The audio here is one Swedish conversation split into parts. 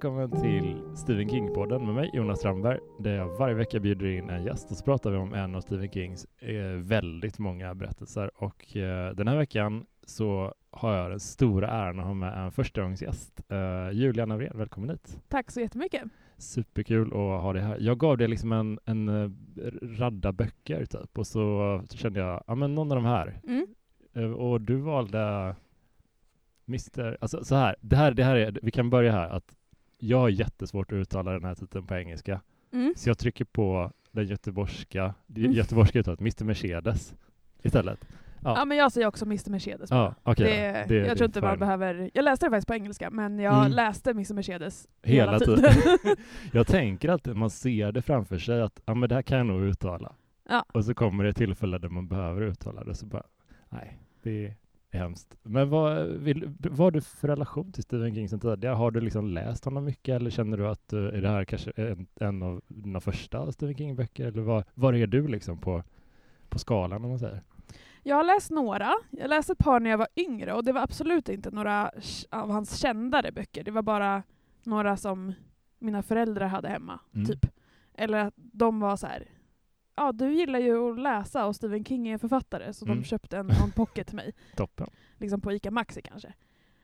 välkommen till Stephen King-podden med mig, Jonas Strandberg, där jag varje vecka bjuder in en gäst och så pratar vi om en av Stephen Kings väldigt många berättelser. Och den här veckan så har jag den stora äran att ha med en förstagångsgäst. Julia Navrén, välkommen hit. Tack så jättemycket. Superkul att ha det här. Jag gav det liksom en radda böcker typ, och så kände jag, ja men någon av de här. Och du valde alltså så här, det här är, vi kan börja här, att jag har jättesvårt att uttala den här titeln på engelska. Så jag trycker på den göteborgska uttalet, Mr. Mercedes istället. Ja, men jag säger också Mr. Mercedes. Ja, okay, jag tror inte man behöver... Jag läste det faktiskt på engelska, men jag läste Mr. Mercedes hela tiden. Jag tänker alltid, man ser det framför sig att ja, men det här kan jag nog uttala. Ja. Och så kommer det tillfälle där man behöver uttala det, så bara, nej, det är hemskt. Men vad har du för relation till Stephen King sen tidigare? Har du liksom läst honom mycket, eller känner du att är det här kanske en av dina första Stephen King-böcker? Eller var är du liksom på skalan, om man säger? Jag har läst några. Jag läste ett par när jag var yngre, och det var absolut inte några av hans kändare böcker. Det var bara några som mina föräldrar hade hemma, typ. Eller att de var så här: ja, du gillar ju att läsa och Stephen King är en författare, så de köpte en pocket till mig. Toppen. Liksom på Ica Maxi kanske.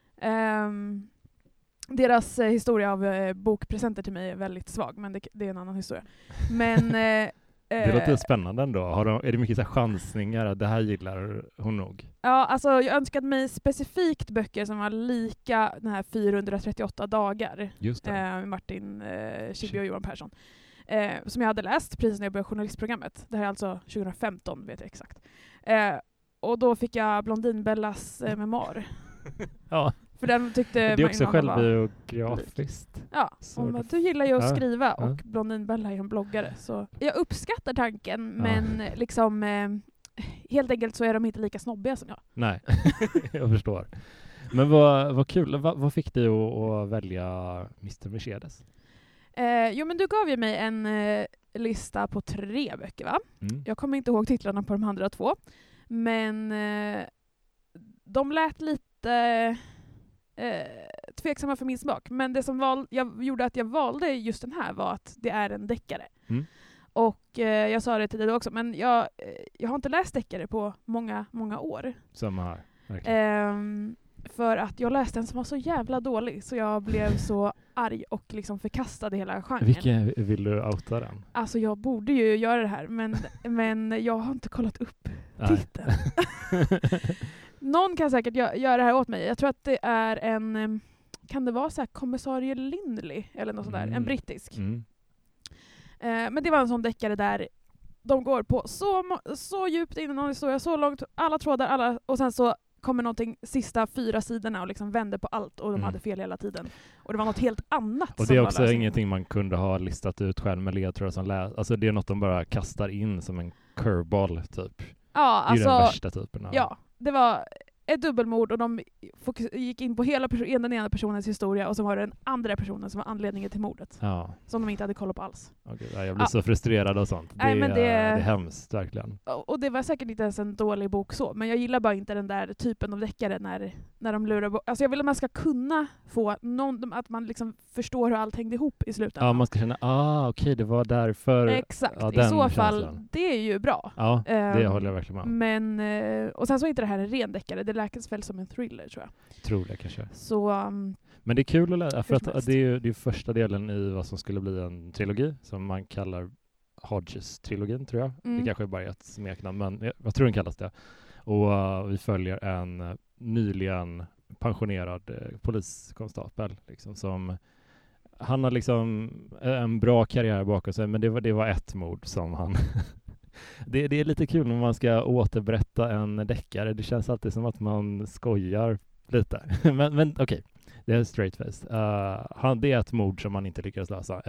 Deras historia av bokpresenter till mig är väldigt svag, men det är en annan historia. Men det låter spännande ändå. Är det mycket så här chansningar att det här gillar hon nog? Ja, alltså jag önskade mig specifikt böcker som var lika den här 438 dagar. Just det. Martin Schibbye och Johan Persson. Som jag hade läst precis när jag började journalistprogrammet. Det här är alltså 2015, vet jag exakt. Och då fick jag Blondinbellas memoar. Ja. För den tyckte det är också självbiografiskt. Ja, du gillar ju att skriva och Blondinbella är en bloggare. Så jag uppskattar tanken, men liksom helt enkelt så är de inte lika snobbiga som jag. Nej, jag förstår. Men vad kul. Vad fick dig att välja Mr. Mercedes? Jo, men du gav ju mig en lista på 3 böcker, va? Jag kommer inte ihåg titlarna på de andra 2. Men de lät lite tveksamma för min smak. Men det som gjorde att jag valde just den här var att det är en deckare. Och jag sa det till dig också, men jag har inte läst deckare på många, många år. Samma här, verkligen. För att jag läste en som var så jävla dålig, så jag blev så arg och liksom förkastade hela genren. Vilken vill du outa den? Alltså jag borde ju göra det här, men jag har inte kollat upp titeln. Någon kan säkert göra det här åt mig. Jag tror att det är kan det vara så här kommissarie Lindley eller något sånt där, en brittisk. Men det var en sån deckare där de går på så djupt in i någon historia, så långt, alla trådar, och sen så kommer någonting sista 4 sidorna och liksom vänder på allt, och de hade fel hela tiden. Och det var något helt annat. Och det är också ingenting man kunde ha listat ut själv med ledtrådar som alltså det är något de bara kastar in som en curveball typ. Ja, alltså, det är den värsta typen av... Ja, det var ett dubbelmord, och de gick in på den ena personens historia, och så var det den andra personen som var anledningen till mordet. Ja. Som de inte hade koll på alls. Okay, jag blir så frustrerad och sånt. Det är hemskt, verkligen. Och det var säkert inte ens en dålig bok så, men jag gillar bara inte den där typen av deckare när de lurar. Alltså jag vill att man ska kunna få att man liksom förstår hur allt hängde ihop i slutändan. Ja, man ska känna, okej, det var därför. Exakt, ja, i så fall, det är ju bra. Ja, det håller jag verkligen med. Men, och sen så är inte det här en ren deckare, det läkes väl som en thriller, tror jag. Tror det kanske. Så, men det är kul att lära, för att det är första delen i vad som skulle bli en trilogi, som man kallar Hodges-trilogin, tror jag. Det kanske är bara ett smeknamn, men jag tror den kallas det. Och vi följer en nyligen pensionerad poliskonstapel, liksom, som han har liksom en bra karriär bakom sig, men det var ett mord som han... Det är lite kul när man ska återberätta en deckare. Det känns alltid som att man skojar lite. men okej, det är straight face. Det är ett mord som man inte lyckades lösa.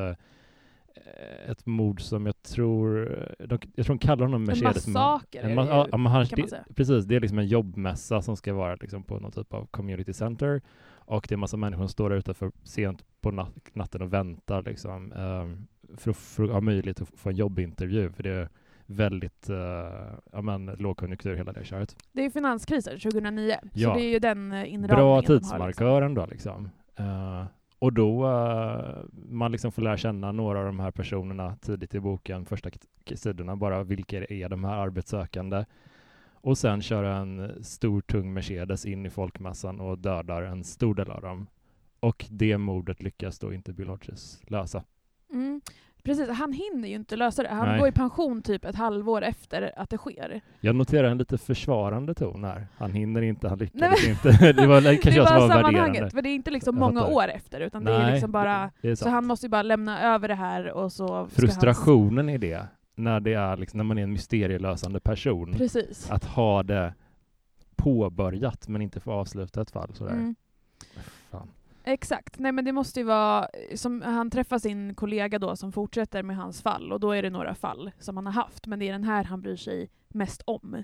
Ett mord som jag tror de kallar honom Mercedes. En massaker. Precis, det är liksom en jobbmässa som ska vara liksom på någon typ av community center. Och det är en massa människor som står där utanför sent på natten och väntar liksom, för att ha möjlighet att få en jobbintervju. För det är väldigt lågkonjunktur hela det köret. Det är finanskrisen 2009, så det är ju den inramningen. Bra tidsmarkören då liksom. Och då man liksom får lära känna några av de här personerna tidigt i boken, första sidorna, bara vilka är de här arbetssökande. Och sen köra en stor tung Mercedes in i folkmassan och dödar en stor del av dem. Och det mordet lyckas då inte Bill Hodges lösa. Mm. Precis, han hinner ju inte lösa det. Han Nej. går i pension typ ett halvår efter att det sker. Jag noterar en lite försvarande ton här. Han hinner inte, han lyckades inte. Det var kanske det jag som var var sammanhanget, värderande. för det är inte liksom många år efter, utan det är liksom bara... Det är så han måste ju bara lämna över det här och så... Frustrationen i det, när det är liksom, när man är en mysterielösande person. Precis. Att ha det påbörjat men inte få avsluta ett fall sådär. Mm. Fan. Exakt. Nej, men det måste ju vara... Som han träffar sin kollega då som fortsätter med hans fall, och då är det några fall som han har haft, men det är den här han bryr sig mest om.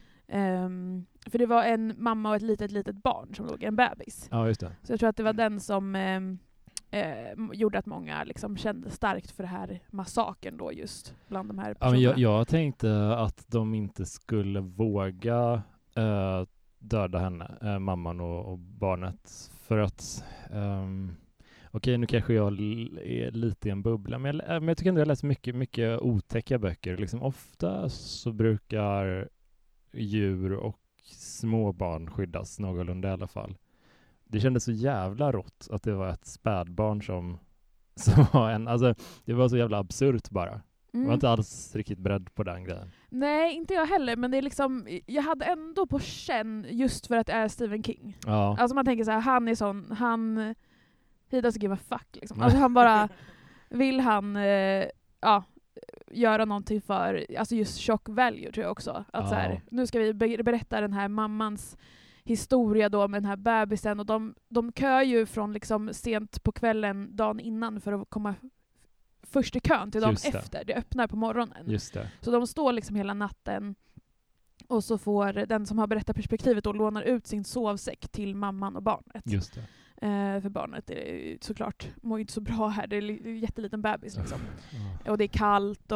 För det var en mamma och ett litet barn som låg, en bebis. Ja, just det. Så jag tror att det var den som gjorde att många liksom kände starkt för det här massakern då, just bland de här personerna. Ja, men jag tänkte att de inte skulle våga döda henne, mamman och barnet, för att okej, nu kanske jag är lite i en bubbla, men jag tycker ändå jag läst mycket otäcka böcker. Liksom, ofta så brukar djur och små barn skyddas någorlunda i alla fall. Det kändes så jävla rått att det var ett spädbarn som var en... Alltså, det var så jävla absurt bara. Jag var inte alls riktigt beredd på den grejen. Nej, inte jag heller, men det är liksom... Jag hade ändå på känn just för att det är Stephen King. Ja. Alltså man tänker så här, han är sån... He doesn't give a fuck liksom. Alltså han bara... Vill han... göra någonting för... Alltså just shock value tror jag också. Att så här, nu ska vi berätta den här mammans historia då med den här bebisen, och de kör ju från liksom sent på kvällen dagen innan för att komma först i kön till dagen efter. Det öppnar på morgonen. Just det. Så de står liksom hela natten, och så får den som har berättarperspektivet då lånar ut sin sovsäck till mamman och barnet. Just det. För barnet är såklart mår ju inte så bra här. Det är en jätteliten bebis liksom. Och det är kallt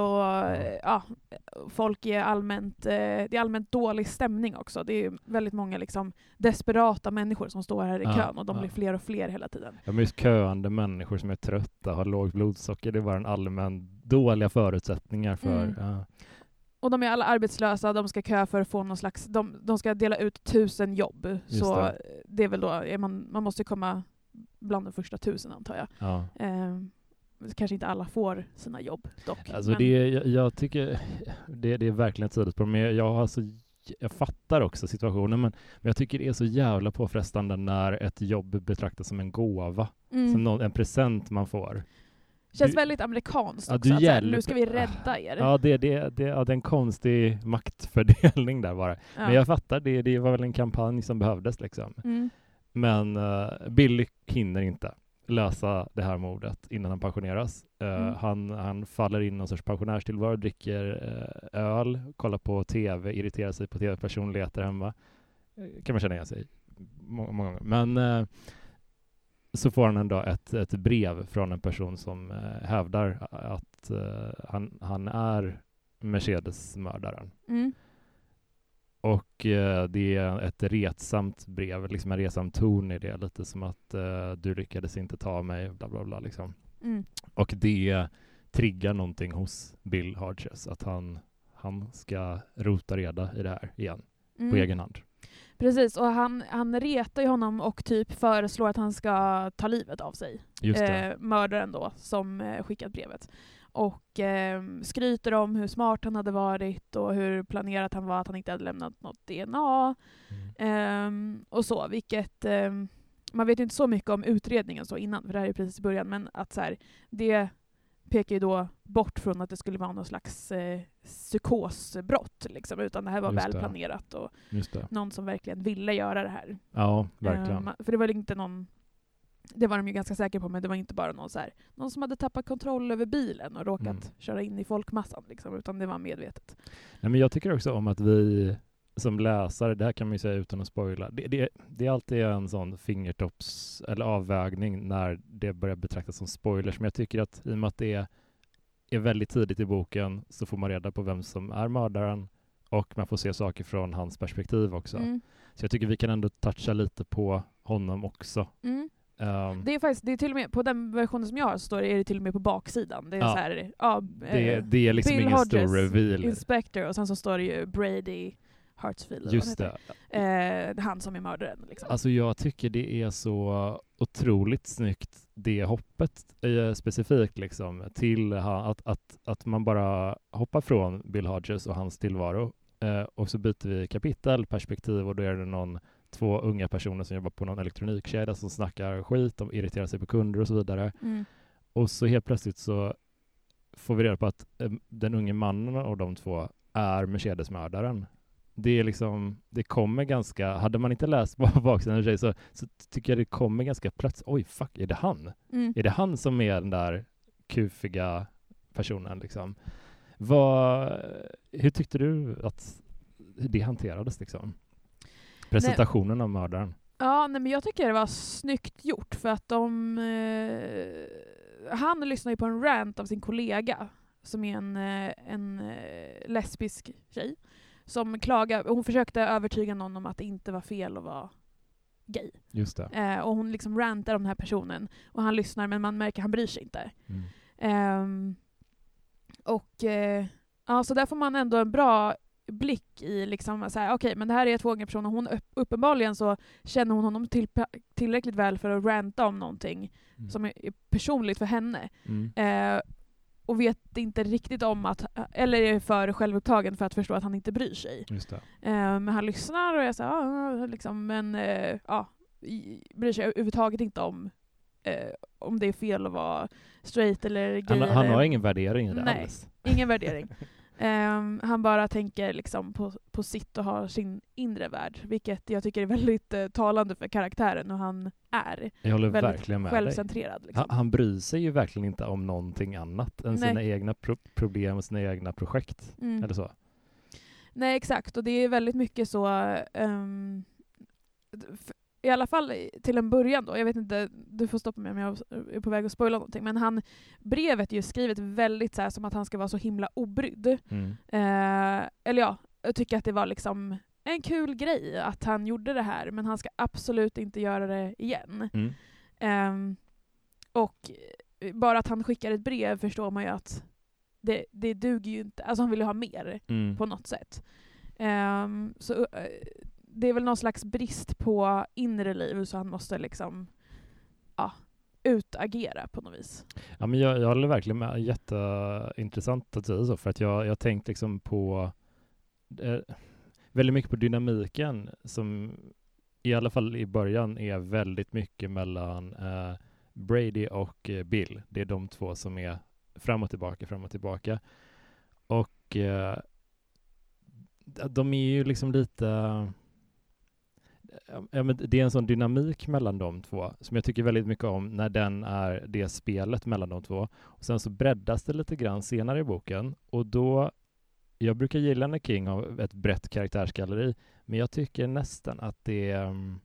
och folk är det är allmänt dålig stämning också. Det är väldigt många liksom desperata människor som står här i kön, och de blir fler och fler hela tiden. Ja, men just köande människor som är trötta, har lågt blodsocker, det var en allmän dåliga förutsättningar för... Och de är alla arbetslösa, de ska köa för att få någon slags... De ska dela ut 1000 jobb. Just så det är väl då... Man måste komma bland de första 1000 antar jag. Ja. Kanske inte alla får sina jobb dock. Alltså jag tycker... Det är verkligen ett sidigt problem. Jag fattar också situationen, men jag tycker det är så jävla påfrestande när ett jobb betraktas som en gåva. Som en present man får. Känns väldigt amerikanskt också. Nu ska vi rädda er. Ja, det är en konstig maktfördelning där bara. Ja. Men jag fattar, det var väl en kampanj som behövdes liksom. Men Billy hinner inte lösa det här mordet innan han pensioneras. Han faller in i någon sorts pensionärstillvaro, dricker öl, kollar på tv, irriterar sig på tv-personligheter hemma. Kan man känna igen sig många gånger. Men så får han ändå ett brev från en person som hävdar att han är Mercedes-mördaren. Och det är ett retsamt brev, liksom en retsam ton i det, lite som att du lyckades inte ta mig, bla bla bla liksom. Och det triggar någonting hos Bill Hodges, att han ska rota reda i det här igen på egen hand. Precis, och han retar ju honom och typ föreslår att han ska ta livet av sig. Just det. Mördaren då, som skickat brevet. Och skryter om hur smart han hade varit och hur planerat han var, att han inte hade lämnat något DNA. Och så, vilket... man vet ju inte så mycket om utredningen så innan, för det här är precis i början, men att så här, det pekar ju då bort från att det skulle vara någon slags psykosbrott liksom, utan det här var väl planerat och någon som verkligen ville göra det här. Ja, verkligen. För det var inte någon, det var de ju ganska säkra på, men det var inte bara någon som hade tappat kontroll över bilen och råkat köra in i folkmassan liksom, utan det var medvetet. Nej, men jag tycker också om att vi som läsare, det här kan man ju säga utan att spoila, det är alltid en sån fingertopps eller avvägning när det börjar betraktas som spoilers, men jag tycker att i och med att det är väldigt tidigt i boken så får man reda på vem som är mördaren och man får se saker från hans perspektiv också. Så jag tycker vi kan ändå toucha lite på honom också. Det är faktiskt, det är till och med, på den versionen som jag har så står det till och med på baksidan. Det är så här, det är liksom Bill ingen Hodges, stor reveal. Inspector, och sen så står det ju Brady Hartsfield. Just det. Han som är mördaren. Liksom. Alltså jag tycker det är så otroligt snyggt, det hoppet specifikt liksom, till att man bara hoppar från Bill Hodges och hans tillvaro. Och så byter vi kapitel, perspektiv, och då är det två unga personer som jobbar på någon elektronikkedja som snackar skit, de irriterar sig på kunder och så vidare. Och så helt plötsligt så får vi reda på att den unge mannen och de två är Mercedes-mördaren. Det är liksom, det kommer ganska, hade man inte läst baksidan så tycker jag det kommer ganska plötsligt. Oj, fuck, är det han? Är det han som är den där kufiga personen liksom? Hur tyckte du att det hanterades liksom? Presentationen av mördaren. Ja, men jag tycker det var snyggt gjort, för att han lyssnar ju på en rant av sin kollega som är en lesbisk tjej som klagar. Hon försökte övertyga någon om att det inte var fel att vara gay. Just det. Och hon liksom rantar om den här personen och han lyssnar, men man märker att han bryr sig inte. Så där får man ändå en bra blick i liksom så här, okej, men det här är två unga personer. Hon uppenbarligen så känner hon honom tillräckligt väl för att ranta om någonting som är personligt för henne. Och vet inte riktigt om att, eller är för självupptagen för att förstå att han inte bryr sig. Just det. Men han lyssnar och jag säger liksom, men bryr sig överhuvudtaget inte om det är fel att vara straight eller gay. Han har ingen värdering i det alls. Ingen värdering. Han bara tänker liksom på sitt och har sin inre värld, vilket jag tycker är väldigt talande för karaktären, och han är jag håller väldigt verkligen med självcentrerad. Liksom. Han bryr sig ju verkligen inte om någonting annat än sina egna problem och sina egna projekt. Eller så. Nej, exakt. Och det är väldigt mycket så i alla fall till en början då. Jag vet inte, du får stoppa mig om jag är på väg att spoila någonting. Men brevet är ju skrivet väldigt så här, som att han ska vara så himla obrydd. Jag tycker att det var liksom en kul grej att han gjorde det här, men han ska absolut inte göra det igen. Och bara att han skickar ett brev förstår man ju att det duger ju inte. Alltså han vill ju ha mer på något sätt. Så det är väl någon slags brist på inre liv, så han måste liksom utagera på något vis. Ja, men jag håller verkligen med. Jätteintressant att säga så, för att jag tänkt liksom på väldigt mycket på dynamiken som i alla fall i början är väldigt mycket mellan Brady och Bill. Det är de två som är fram och tillbaka. Och de är ju liksom lite... men det är en sån dynamik mellan de två som jag tycker väldigt mycket om när den är det spelet mellan de två. Och sen så breddas det lite grann senare i boken, och då jag brukar gilla när King har ett brett karaktärsgalleri, men jag tycker nästan att det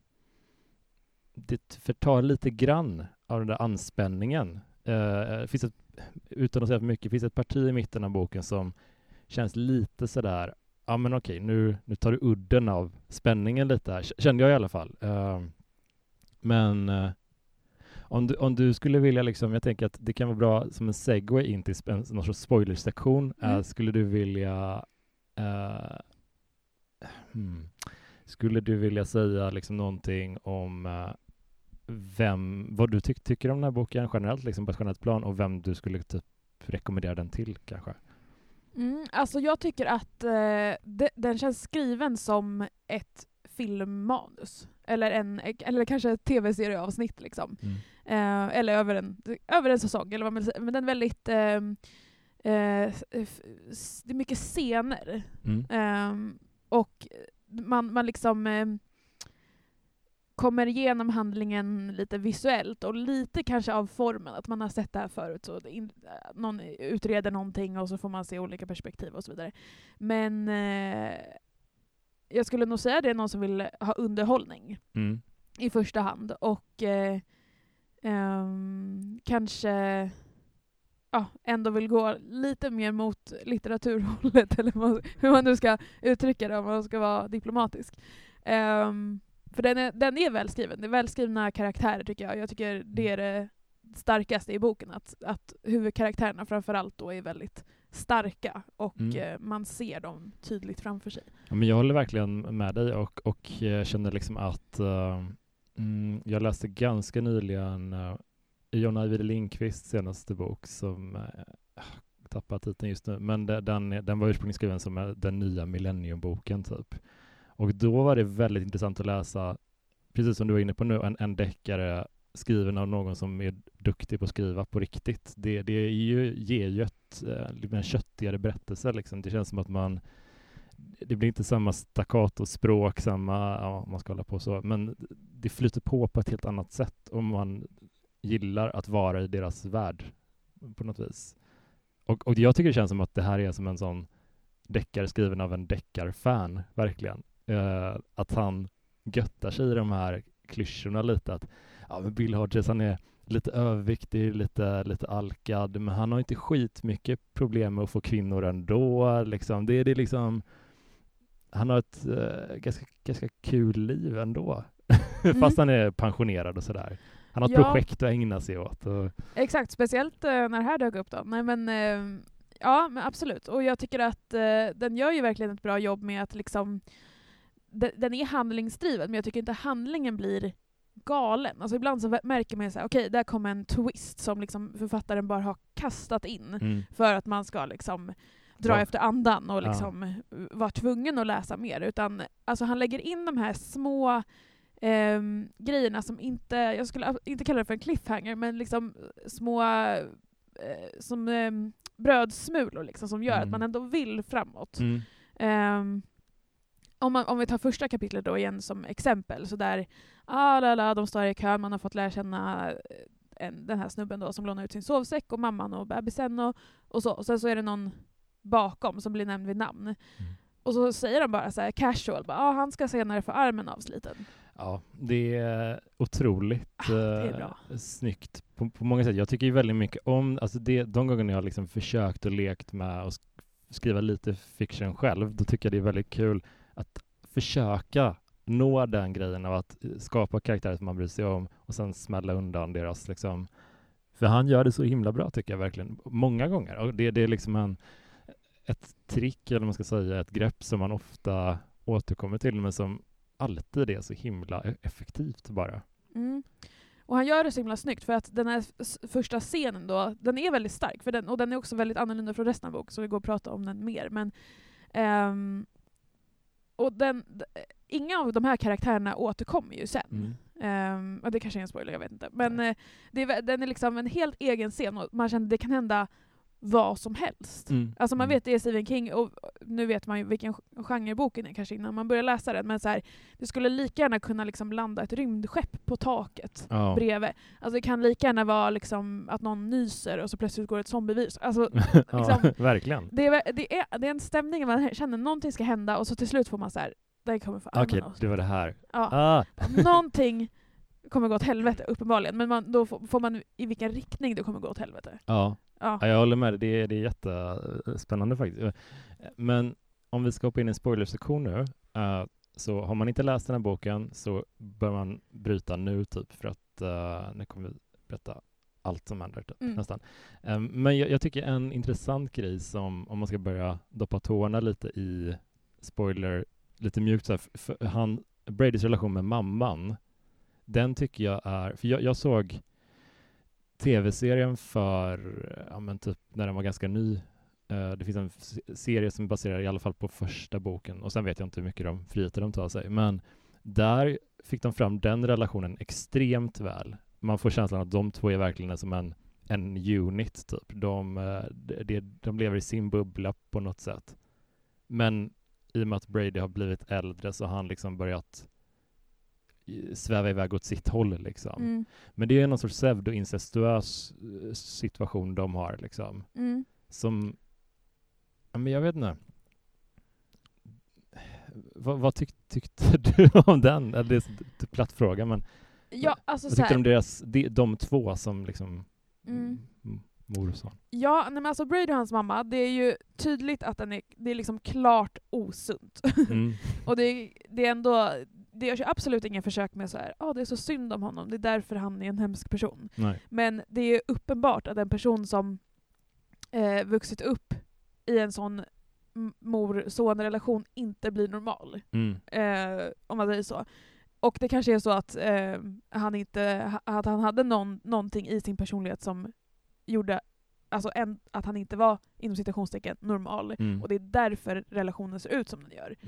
förtar lite grann av den där anspänningen. Finns utan att säga för mycket, finns ett parti i mitten av boken som känns lite sådär, ja men okej, nu tar du udden av spänningen lite här, kände jag i alla fall. Men om du skulle vilja liksom, jag tänker att det kan vara bra som en segway in till någon sorts spoilersektion. Skulle du vilja säga liksom någonting om vad du tycker om den här boken generellt, liksom på ett generellt plan, och vem du skulle typ rekommendera den till kanske? Alltså jag tycker att den känns skriven som ett filmmanus. Eller kanske ett tv-serieavsnitt liksom. Eller över en säsong. Eller vad man säger. Men den är väldigt... det är mycket scener. Och man liksom... kommer igenom handlingen lite visuellt och lite kanske av formen, att man har sett det här förut, så någon utreder någonting och så får man se olika perspektiv och så vidare. Men jag skulle nog säga det är någon som vill ha underhållning i första hand, och kanske ändå vill gå lite mer mot litteraturhållet, eller hur man nu ska uttrycka det om man ska vara diplomatisk. För den är välskriven. Det är välskrivna karaktärer tycker jag. Jag tycker det är det starkaste i boken. Att huvudkaraktärerna framförallt då är väldigt starka och man ser dem tydligt framför sig. Ja, men jag håller verkligen med dig och känner liksom att jag läste ganska nyligen John Ajvide Lindqvists senaste bok som tappar titeln just nu, men den var ursprungligen skriven som den nya millenniumboken typ. Och då var det väldigt intressant att läsa, precis som du var inne på nu, en deckare skriven av någon som är duktig på att skriva på riktigt. Det ger ju en köttigare berättelse. Liksom. Det känns som att det blir inte samma staccato språk, man ska hålla på så, men det flyter på ett helt annat sätt om man gillar att vara i deras värld på något vis. Och jag tycker det känns som att det här är som en sån deckare skriven av en deckarfan, verkligen. Att han göttar sig i de här klyschorna lite, att men Bill Hodges, han är lite överviktig, lite alkad, men han har inte skitmycket problem med att få kvinnor ändå. Liksom. Det är liksom, han har ett ganska kul liv ändå. Fast han är pensionerad och sådär. Han har ett projekt att ägna sig åt. Exakt, speciellt när det här dök upp då. Nej, men absolut. Och jag tycker att den gör ju verkligen ett bra jobb med att liksom den är handlingsdriven, men jag tycker inte handlingen blir galen. Alltså ibland så märker man så här, okej, där kommer en twist som liksom författaren bara har kastat in för att man ska liksom dra efter andan och liksom vara tvungen att läsa mer. Utan alltså han lägger in de här små grejerna som inte, jag skulle inte kalla det för en cliffhanger, men liksom små som brödsmulor liksom, som gör att man ändå vill framåt. Om vi tar första kapitlet då igen som exempel, så där de står i kö, man har fått lära känna den här snubben då som lånar ut sin sovsäck och mamman och bebisen och så. Och sen så är det någon bakom som blir nämnd vid namn. Och så säger de bara så här casual, han ska senare få armen avsliten. Ja, det är otroligt det är bra. Snyggt på många sätt. Jag tycker ju väldigt mycket om, alltså de gångerna jag har liksom försökt och lekt med och skriva lite fiction själv, då tycker jag det är väldigt kul att försöka nå den grejen av att skapa karaktärer som man bryr sig om och sen smälla undan deras liksom. För han gör det så himla bra tycker jag verkligen. Många gånger. Och det är liksom ett trick, eller man ska säga, ett grepp som man ofta återkommer till, men som alltid är så himla effektivt bara. Och han gör det så himla snyggt, för att den här första scenen då, den är väldigt stark, för den är också väldigt annorlunda från resten av boken, så vi går och pratar om den mer. Men och inga av de här karaktärerna återkommer ju sen. Och det kanske är en spoiler, jag vet inte. Men den är liksom en helt egen scen, och man känner att det kan hända vad som helst. Alltså man vet det är Stephen King, och nu vet man ju vilken genre boken är kanske innan man börjar läsa den, men så här, det skulle lika gärna kunna liksom landa ett rymdskepp på taket bredvid. Alltså det kan lika gärna vara liksom att någon nyser och så plötsligt går ett zombievirus. Alltså liksom, verkligen. Det är en stämning, man känner någonting ska hända och så till slut får man så här, det kommer få armen av. Det var det här. Någonting kommer gå åt helvete uppenbarligen, men då får man i vilken riktning det kommer gå åt helvete. Ja, jag håller med dig. Det är jättespännande faktiskt. Men om vi ska hoppa in i en spoilersektion nu, så har man inte läst den här boken så bör man bryta nu typ, för att nu kommer vi berätta allt som händer typ, nästan. Men jag tycker en intressant grej som, om man ska börja doppa tårna lite i spoiler, lite mjukt så här, Bradys relation med mamman, den tycker jag är, för jag såg tv-serien för typ när den var ganska ny. Det finns en serie som baserar i alla fall på första boken, och sen vet jag inte hur mycket friheter de tar sig, men där fick de fram den relationen extremt väl. Man får känslan att de två är verkligen som en unit typ. De lever i sin bubbla på något sätt. Men i och med att Brady har blivit äldre så har han liksom börjat sväva iväg åt sitt håll liksom. Men det är någon sorts pseudo-incestuös situation de har liksom. Som, men jag vet inte. Vad tyckte du om den? Det är en platt fråga, men alltså vad tyckte du om de två som liksom mor och son? Ja, men alltså Brady och hans mamma, det är ju tydligt att det är liksom klart osunt. Och det är ändå, det görs ju absolut ingen försök med så här, det är så synd om honom, det är därför han är en hemsk person. Nej. Men det är uppenbart att en person som vuxit upp i en sån mor-son-relation inte blir normal. Om man säger så. Och det kanske är så att han hade någonting i sin personlighet som gjorde alltså att han inte var inom citationstecken normal. Och det är därför relationen ser ut som den gör.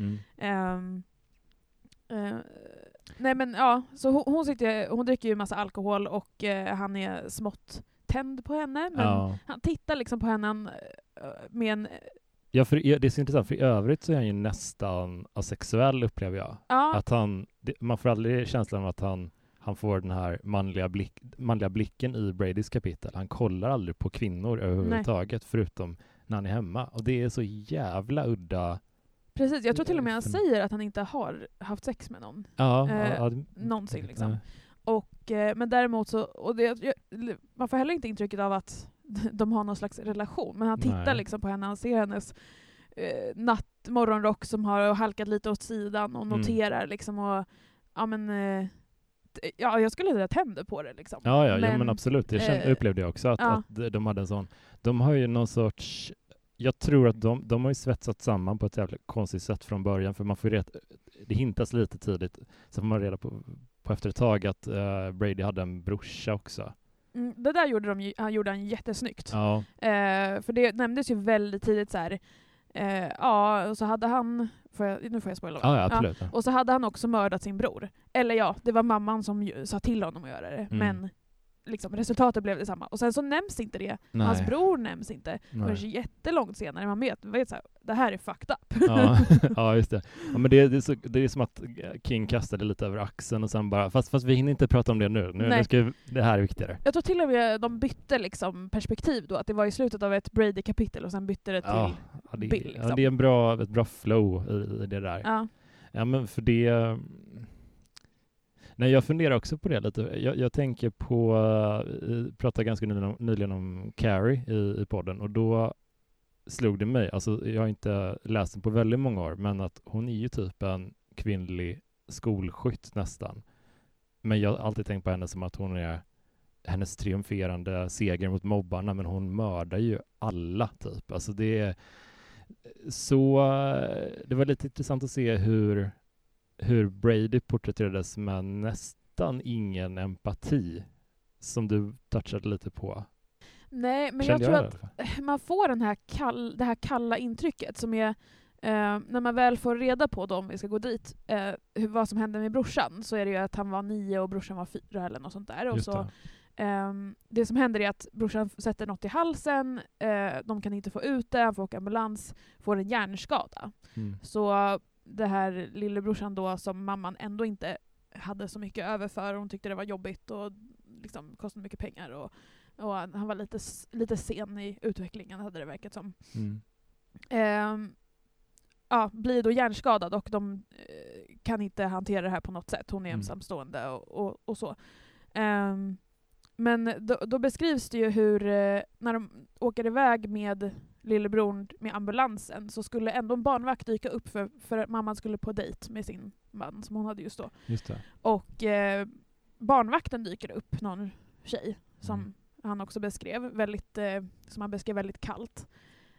Nej men ja, så hon dricker ju massa alkohol och han är smått tänd på henne, men han tittar liksom på henne med en... Ja, för det är så intressant, för i övrigt så är han ju nästan asexuell, upplever jag. Att man får aldrig känslan av att han får den här manliga blicken i Bradys kapitel. Han kollar aldrig på kvinnor överhuvudtaget, förutom när han är hemma. Och det är så jävla udda. Precis, jag tror till och med han säger att han inte har haft sex med någon. Någonsin liksom. Men däremot så, man får heller inte intrycket av att de har någon slags relation. Men han tittar liksom på henne, han ser hennes morgonrock som har halkat lite åt sidan och noterar liksom och jag skulle säga tänder på det liksom. Ja, men absolut. Det upplevde jag också att de hade en sån. De har ju någon sorts, jag tror att de har ju svetsat samman på ett jävla konstigt sätt från början, för man får det hintas lite tidigt, så får man reda på efter ett tag att Brady hade en brorsa också. Det där gjorde han jättesnyggt. För det nämndes ju väldigt tidigt så här. Och så hade han... Nu får jag spoila. Absolut. Och så hade han också mördat sin bror. Eller det var mamman som sa till honom att göra det. Men liksom, resultatet blev detsamma. Och sen så nämns inte det. Nej. Hans bror nämns inte. Det var jättelångt senare. Man vet så här, det här är fucked up. Ja, just det. Ja, men det är som att King kastade lite över axeln och sen bara, fast vi hinner inte prata om det nu. Det här är viktigare. Jag tror till och med de bytte liksom perspektiv då. Att det var i slutet av ett Brady-kapitel och sen bytte det till Bill. Liksom. Det är ett bra flow i det där. Ja, men för det... Nej, jag funderar också på det lite. Jag tänker på, pratade ganska nyligen om Carrie i podden, och då slog det mig, alltså jag har inte läst den på väldigt många år, men att hon är ju typ en kvinnlig skolskytt nästan. Men jag har alltid tänkt på henne som att hon är hennes triumferande seger mot mobbarna, men hon mördar ju alla typ. Alltså det var lite intressant att se hur Brady porträtterades med nästan ingen empati, som du touchade lite på. Nej, men jag tror att man får det här kalla intrycket som är när man väl får reda på om vi ska gå dit, vad som hände med brorsan, så är det ju att han var 9 och brorsan var 4 eller något sånt där. Och så, det som händer är att brorsan sätter något i halsen, de kan inte få ut det, han får åka ambulans, får en hjärnskada. Så det här lillebrorsan då, som mamman ändå inte hade så mycket över för, hon tyckte det var jobbigt och liksom kostade mycket pengar, och han var lite sen i utvecklingen, hade det verkat som. Blir då hjärnskadad, och de kan inte hantera det här på något sätt. Hon är ensamstående och så. Men då beskrivs det ju hur när de åker iväg med lillebror med ambulansen, så skulle ändå en barnvakt dyka upp för att mamman skulle på dejt med sin man som hon hade just då. Just det. Och barnvakten dyker upp, någon tjej som han också beskrev väldigt kallt.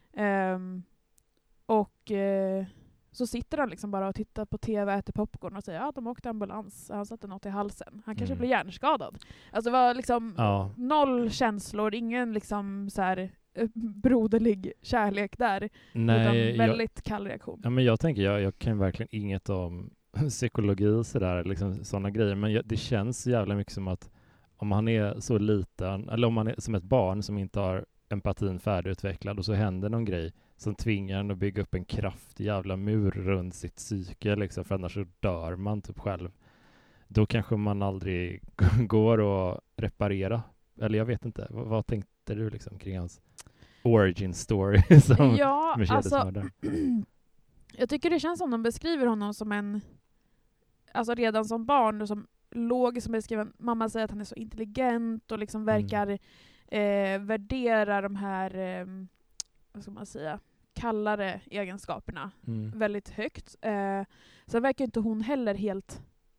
Så sitter han liksom bara och tittar på tv, äter popcorn och säger de åkte ambulans, han satte något i halsen. Han kanske blir hjärnskadad. Alltså det var liksom noll känslor, ingen liksom så här broderlig kärlek där. Nej, utan väldigt kall reaktion. Ja, men jag tänker, jag kan verkligen inget om psykologi sådär, liksom sådana grejer, men det känns jävla mycket som att om han är så liten, eller om han är som ett barn som inte har empatin färdigutvecklad, och så händer någon grej som tvingar en att bygga upp en kraftig jävla mur runt sitt psyke liksom, för annars så dör man typ själv. Då kanske man aldrig går att reparera. Eller jag vet inte. Vad tänkte du liksom kring hans origin story som Mercedes-mördare? Jag tycker det känns som de beskriver honom som en, alltså redan som barn, och som logisk, som beskriven. Mamma säger att han är så intelligent och liksom verkar värdera de här vad ska man säga, kallare egenskaperna väldigt högt. Sen verkar inte hon heller helt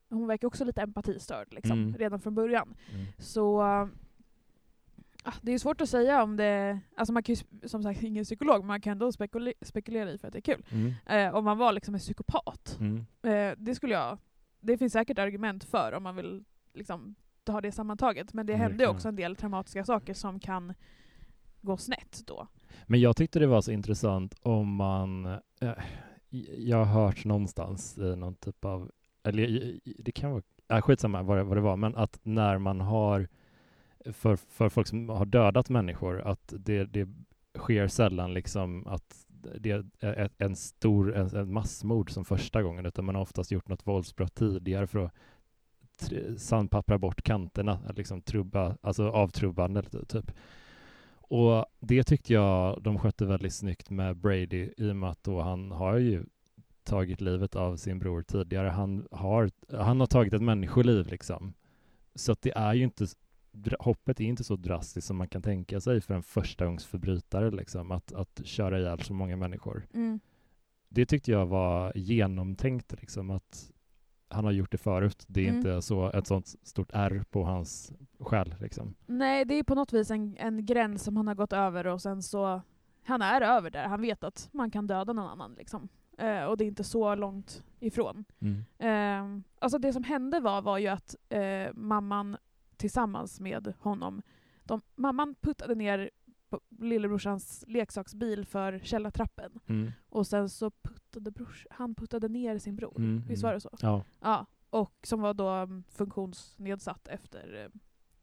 hon verkar också lite empatistörd liksom, redan från början. Så det är svårt att säga om det, alltså man kan ju, som sagt, ingen psykolog, men man kan ändå spekulera i för att det är kul. Om man var liksom en psykopat. Det finns säkert argument för om man vill liksom ha det sammantaget, men det hände också en del traumatiska saker som kan gå snett då. Men jag tyckte det var så intressant om man jag har hört någonstans i någon typ av, eller det kan vara skitsamma vad det var, men att när man har för folk som har dödat människor, att det sker sällan liksom att det är en massmord som första gången, utan man har oftast gjort något våldsbrott tidigare för att sandpappra bort kanterna, liksom avtrubbande typ. Och det tyckte jag de skötte väldigt snyggt med Brady, i och med att då han har ju tagit livet av sin bror tidigare. Han har tagit ett människoliv liksom. Så att det är ju inte, hoppet är inte så drastiskt som man kan tänka sig för en förstagångsförbrytare liksom, att köra ihjäl så många människor. Det tyckte jag var genomtänkt liksom, att han har gjort det förut. Det är inte så ett sånt stort R på hans själ liksom. Nej, det är på något vis en gräns som han har gått över, och sen så han är över där. Han vet att man kan döda någon annan liksom. Och det är inte så långt ifrån. Alltså det som hände var ju att mamman tillsammans med honom, mamman puttade ner lillebrorsans leksaksbil för källartrappen. Och sen så han puttade ner sin bror. Visst var det så? Ja. Och som var då funktionsnedsatt efter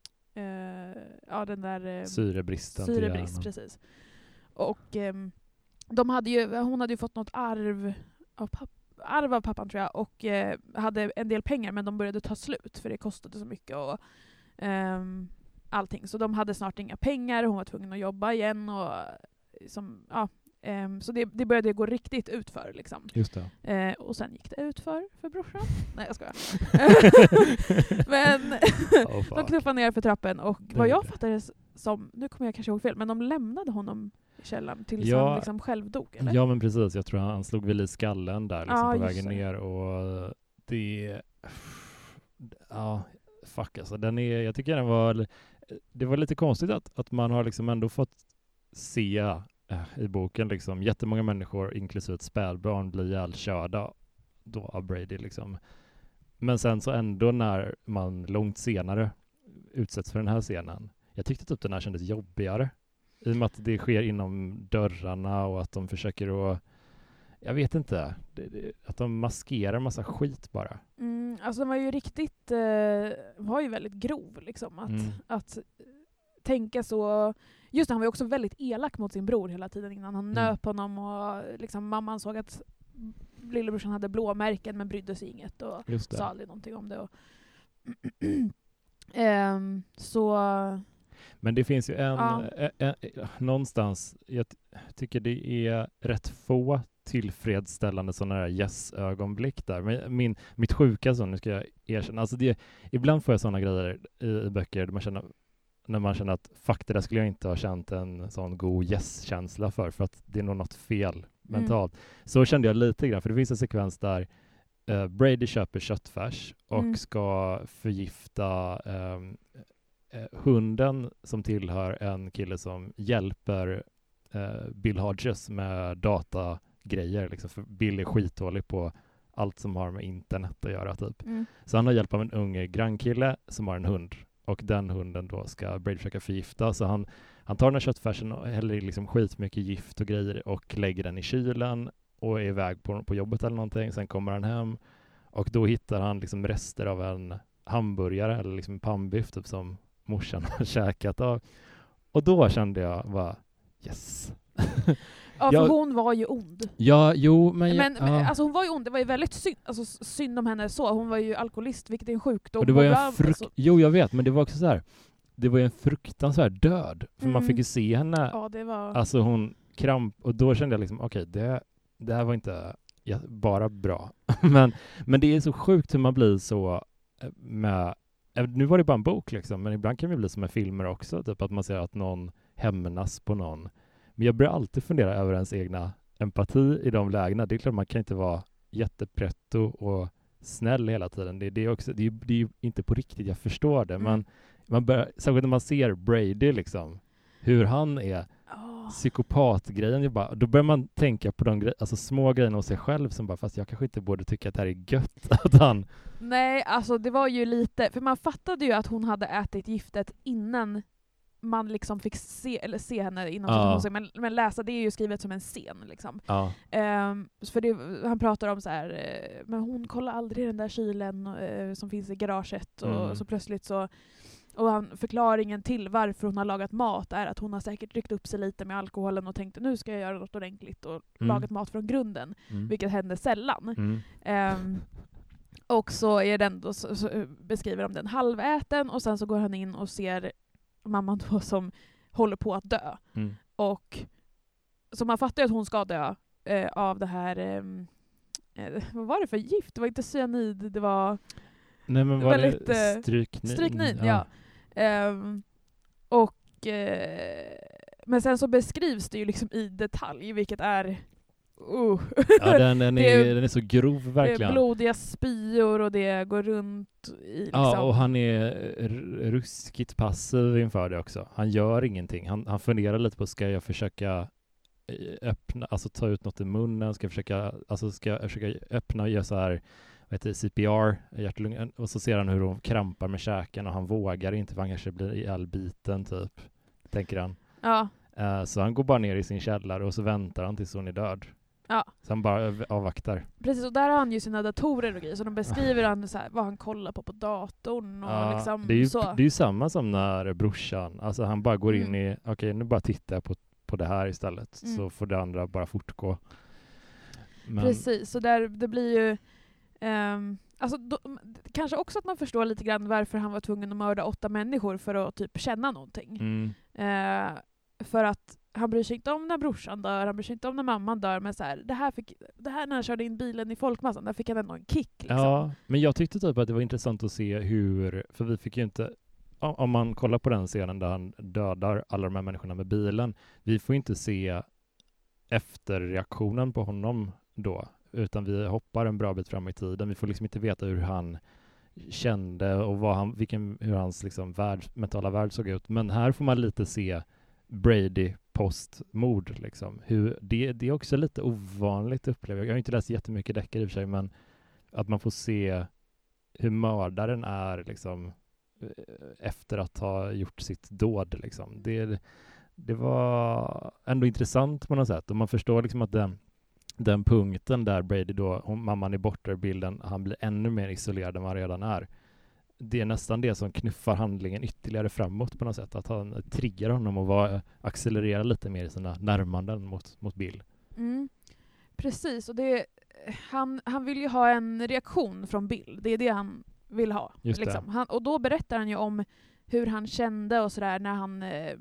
den där syrebrist, precis. Och hon hade ju fått något arv av pappan tror jag, och hade en del pengar, men de började ta slut för det kostade så mycket och allting. Så de hade snart inga pengar, hon var tvungen att jobba igen, och så det började gå riktigt utför liksom. Just det. Och sen gick det utför för brorsan. Nej, jag skojar. Men de knuffade ner för trappen, och vad jag fattade som, nu kommer jag kanske ihåg fel, men de lämnade honom i källaren tills han liksom själv dog, eller? Ja, men precis. Jag tror han slog väl i skallen där liksom, på vägen ner, och det fuck alltså. Jag tycker det var lite konstigt att man har liksom ändå fått se i boken liksom jättemånga människor, inklusive ett spädbarn, blir ihjälkörda då av Brady liksom. Men sen så ändå när man långt senare utsätts för den här scenen, jag tyckte typ den här kändes jobbigare, i och med att det sker inom dörrarna och att de försöker att, jag vet inte, att de maskerar massa skit bara. Alltså den var ju riktigt, var ju väldigt grov liksom, att tänka så. Just det, han var ju också väldigt elak mot sin bror hela tiden innan han nöp honom, och liksom mamman såg att lillebrorsan hade blåmärken men brydde sig inget och sa aldrig någonting om det. Och så. Men det finns ju någonstans, jag tycker det är rätt få tillfredsställande sådana där yes-ögonblick där. Men mitt sjuka så, nu ska jag erkänna, alltså ibland får jag sådana grejer i böcker där när man känner att fuck, det där skulle jag inte ha känt en sån god yes-känsla för att det är nog något fel mentalt. Så kände jag lite grann, för det finns en sekvens där Brady köper köttfärs och ska förgifta hunden som tillhör en kille som hjälper Bill Hodges med datagrejer. Liksom, för Bill är skitdålig på allt som har med internet att göra typ. Så han har hjälp av en ung grannkille som har en hund. Och den hunden då ska Brady försöka förgifta. Så han tar den här köttfärsen och häller liksom skitmycket gift och grejer och lägger den i kylen och är iväg på jobbet eller någonting. Sen kommer han hem och då hittar han liksom rester av en hamburgare eller liksom pannbiff typ, som morsan har käkat av. Och då kände jag yes. Ja, för hon var ju ond. Ja, jo, men alltså hon var ju ond. Det var ju väldigt synd om henne så. Hon var ju alkoholist, vilket är en sjukdom. Och det var ju Jo, jag vet, men det var också så här. Det var ju en fruktansvärd död. För man fick ju se henne. Ja, det var. Alltså hon kramp, och då kände jag liksom okej, det här var inte bara bra. men det är så sjukt hur man blir så med. Nu var det bara en bok liksom, men ibland kan det bli som med filmer också, typ att man ser att någon hämnas på någon. Men jag börjar alltid fundera över ens egna empati i de lägena. Det är klart man kan inte vara jättepretto och snäll hela tiden. Det är ju inte på riktigt, jag förstår det. Men man börjar, särskilt när man ser Brady liksom, hur han är psykopatgrejen, då börjar man tänka på de alltså små grejerna hos sig själv som bara, fast jag kanske inte borde tycka att det här är gött att han... Nej, alltså det var ju lite, för man fattade ju att hon hade ätit giftet innan man liksom fick se henne inom men läsa, det är ju skrivet som en scen liksom. För det, han pratar om så här, men hon kollar aldrig den där kylen som finns i garaget och så plötsligt så, och förklaringen till varför hon har lagat mat är att hon har säkert ryckt upp sig lite med alkoholen och tänkt nu ska jag göra något ordentligt och lagat mat från grunden, vilket händer sällan. Och så är den då, så beskriver de den halväten och sen så går han in och ser mamman då som håller på att dö. Och så man fattar ju att hon ska dö av det här vad var det för gift? Det var inte cyanid, det var... Nej, men var det stryknin, ja. Men sen så beskrivs det ju liksom i detalj, vilket är... Ja, den är så grov verkligen. Det är blodiga spyor och det går runt i liksom... Ja, och han är ruskigt passiv inför det också. Han gör ingenting. Han funderar lite på, ska jag försöka öppna, alltså ta ut något i munnen, ska jag försöka öppna och göra så här, CPR, hjärtlungen, och så ser han hur hon krampar med käken och han vågar inte för han kanske blir ihjälbiten typ, tänker han. Ja. Så han går bara ner i sin källare och så väntar han tills hon är död. Ja. Så han bara avvaktar. Precis, och där har han ju sina datorer och grejer, så de beskriver han så här, vad han kollar på datorn och liksom det är ju, så. Det är ju samma som när brorsan, alltså han bara går in i, okej, nu bara tittar jag på det här istället, så får det andra bara fortgå. Men... Precis, så där, det blir ju alltså kanske också att man förstår lite grann varför han var tvungen att mörda 8 människor för att typ känna någonting. För att han bryr sig inte om när brorsan dör, han bryr sig inte om när mamman dör, men så här, det här när han körde in bilen i folkmassan, där fick han ändå en kick liksom. Ja, men jag tyckte typ att det var intressant att se hur, för vi fick ju inte, om man kollar på den scenen där han dödar alla de här människorna med bilen, vi får inte se efterreaktionen på honom då, utan vi hoppar en bra bit fram i tiden. Vi får liksom inte veta hur han kände och hur hans liksom mentala värld såg ut. Men här får man lite se Brady postmord liksom. Det är också lite ovanligt upplever jag. Jag har inte läst jättemycket deckare i och för sig, men att man får se hur mördaren är liksom efter att ha gjort sitt dåd liksom. Det var ändå intressant på något sätt, och man förstår liksom att den punkten där Brady då, mamman är borta ur bilden, han blir ännu mer isolerad än vad han redan är. Det är nästan det som knuffar handlingen ytterligare framåt på något sätt, att han triggar honom och accelererar lite mer i sina närmanden mot Bill. Precis, och han vill ju ha en reaktion från Bill. Det är det han vill ha. Liksom. Och då berättar han ju om hur han kände och sådär när han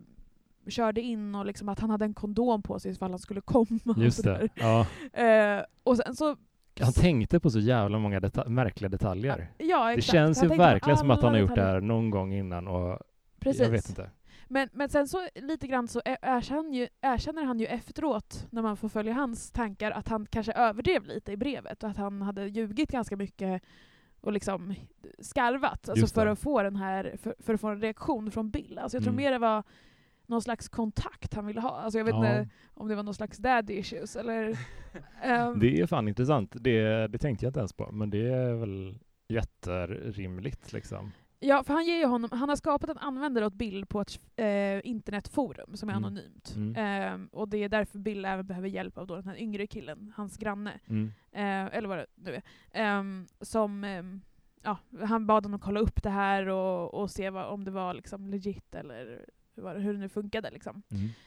körde in, och liksom att han hade en kondom på sig ifall han skulle komma. Just det, ja. Och sen så... Han tänkte på så jävla många märkliga detaljer. Ja, exakt. Det känns ju verkligen som att han har gjort det här någon gång innan, och precis. Jag vet inte. Men sen så lite grann så erkänner han ju efteråt, när man får följa hans tankar, att han kanske överdrev lite i brevet och att han hade ljugit ganska mycket och liksom skarvat, alltså för att få den här för att få en reaktion från Bill. Alltså jag tror mer det var någon slags kontakt han ville ha. Alltså jag vet inte om det var någon slags daddy issues eller... Det är fan intressant. Det tänkte jag inte ens på, men det är väl jätterimligt liksom. Ja, för han ger ju han har skapat en användare åt Bill på ett internetforum som är anonymt. Och det är därför Bill även behöver hjälp av då den här yngre killen, hans granne. Eller vad det nu är. Han bad honom att kolla upp det här och se om det var liksom legit eller hur det nu funkade liksom.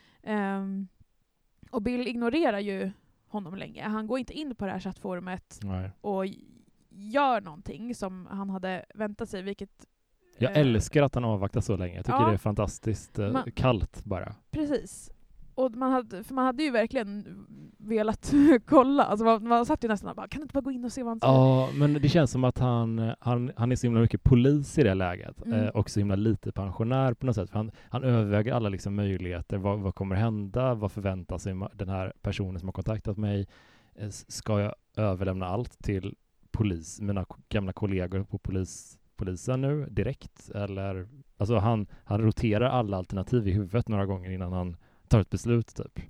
Och Bill ignorerar ju honom länge. Han går inte in på det här chattforumet och gör någonting som han hade väntat sig, vilket jag älskar att han avvaktar så länge. Jag tycker det är fantastiskt kallt bara. Precis. Och man hade ju verkligen velat kolla. Alltså man satt ju nästan och bara, kan du inte bara gå in och se vad han säger? Ja, men det känns som att han är så himla mycket polis i det läget. Och så himla lite pensionär på något sätt. För han överväger alla liksom möjligheter. Vad kommer hända? Vad förväntar sig den här personen som har kontaktat mig? Ska jag överlämna allt till mina gamla kollegor på polisen nu direkt, eller alltså han roterar alla alternativ i huvudet några gånger innan han tar ett beslut typ.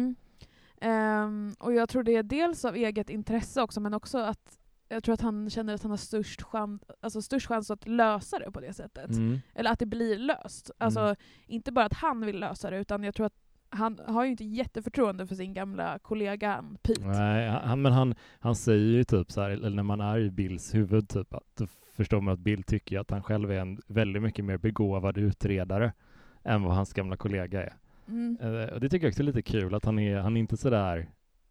Och jag tror det är dels av eget intresse också, men också att jag tror att han känner att han har störst chans att lösa det på det sättet. Eller att det blir löst. Alltså inte bara att han vill lösa det, utan jag tror att han har ju inte jätteförtroende för sin gamla kollega Pete. Nej, men han säger ju typ så här, eller när man är i Bills huvud typ, att då förstår man att Bill tycker att han själv är en väldigt mycket mer begåvad utredare än vad hans gamla kollega är. Och det tycker jag också är lite kul, att han är inte så där